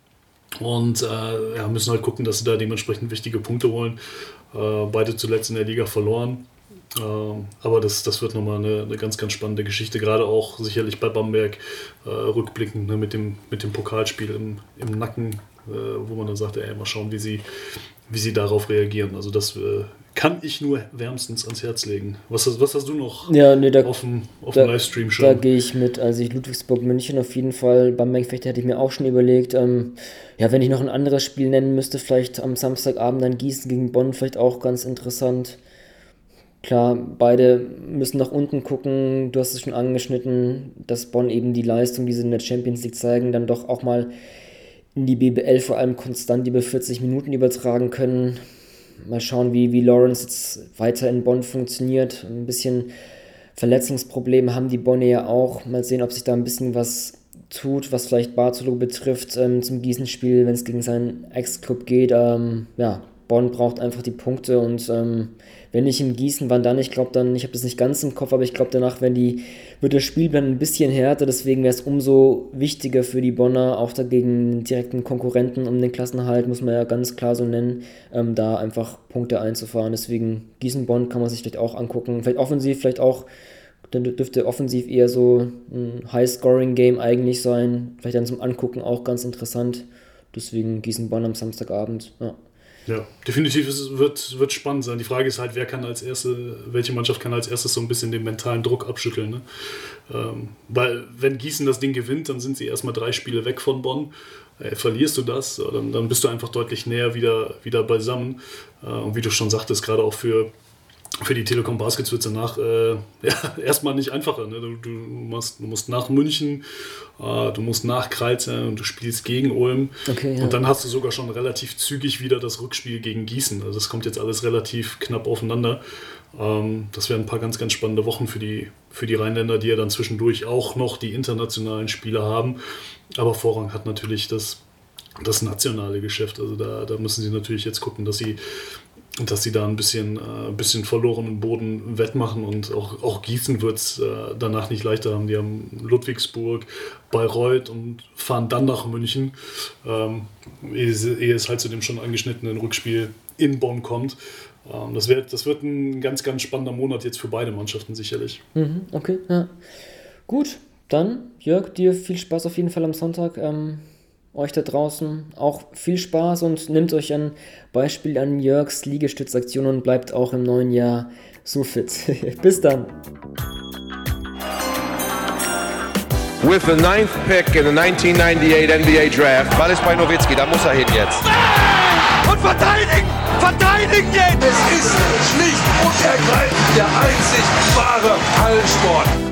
Und müssen halt gucken, dass sie da dementsprechend wichtige Punkte holen. Beide zuletzt in der Liga verloren. Aber das wird nochmal eine ganz, ganz spannende Geschichte, gerade auch sicherlich bei Bamberg rückblickend, ne, mit dem Pokalspiel im Nacken, wo man dann sagt, mal schauen, wie sie darauf reagieren. Also das kann ich nur wärmstens ans Herz legen. Was hast du noch auf dem Livestream schon? Da gehe ich mit, also Ludwigsburg-München auf jeden Fall. Bamberg-Fechter hätte ich mir auch schon überlegt. Wenn ich noch ein anderes Spiel nennen müsste, vielleicht am Samstagabend dann Gießen gegen Bonn, vielleicht auch ganz interessant. Klar, beide müssen nach unten gucken. Du hast es schon angeschnitten, dass Bonn eben die Leistung, die sie in der Champions League zeigen, dann doch auch mal in die BBL vor allem konstant über 40 Minuten übertragen können. Mal schauen, wie Lawrence jetzt weiter in Bonn funktioniert. Ein bisschen Verletzungsprobleme haben die Bonner ja auch. Mal sehen, ob sich da ein bisschen was tut, was vielleicht Bartolo betrifft zum Gießen-Spiel, wenn es gegen seinen Ex-Club geht. Bonn braucht einfach die Punkte und wenn nicht in Gießen, wann dann? Ich glaube dann, ich habe das nicht ganz im Kopf, aber ich glaube danach wird das Spielplan ein bisschen härter, deswegen wäre es umso wichtiger für die Bonner, auch dagegen direkten Konkurrenten um den Klassenerhalt, muss man ja ganz klar so nennen, da einfach Punkte einzufahren. Deswegen Gießen-Bonn kann man sich vielleicht auch angucken, vielleicht offensiv, vielleicht auch, dann dürfte offensiv eher so ein High-Scoring-Game eigentlich sein, vielleicht dann zum Angucken auch ganz interessant, deswegen Gießen-Bonn am Samstagabend, ja. Ja, definitiv wird spannend sein. Die Frage ist halt, welche Mannschaft kann als erstes so ein bisschen den mentalen Druck abschütteln. Ne? Weil wenn Gießen das Ding gewinnt, dann sind sie erstmal 3 Spiele weg von Bonn. Verlierst du das, dann bist du einfach deutlich näher wieder beisammen. Und wie du schon sagtest, gerade auch für die Telekom Baskets wird es danach erstmal nicht einfacher. Ne? Du musst nach München, du musst nach Kreilsheim und du spielst gegen Ulm. Okay, ja. Und dann hast du sogar schon relativ zügig wieder das Rückspiel gegen Gießen. Also das kommt jetzt alles relativ knapp aufeinander. Das werden ein paar ganz, ganz spannende Wochen für die Rheinländer, die ja dann zwischendurch auch noch die internationalen Spiele haben. Aber Vorrang hat natürlich das nationale Geschäft. Also da müssen sie natürlich jetzt gucken, dass sie da ein bisschen verlorenen Boden wettmachen, und auch Gießen wird es danach nicht leichter haben. Die haben Ludwigsburg, Bayreuth und fahren dann nach München, ehe es halt zu dem schon angeschnittenen Rückspiel in Bonn kommt. Das wird ein ganz, ganz spannender Monat jetzt für beide Mannschaften sicherlich. Okay, ja. Gut, dann Jörg, dir viel Spaß auf jeden Fall am Sonntag. Euch da draußen auch viel Spaß und nehmt euch ein Beispiel an Jörgs Liegestützaktion und bleibt auch im neuen Jahr so fit. Bis dann. With the 9th pick in the 1998 NBA Draft. Ball ist bei Nowitzki, da muss er hin jetzt. Und verteidigen! Verteidigen jetzt! Es ist schlicht und ergreifend der einzig wahre Hallensport.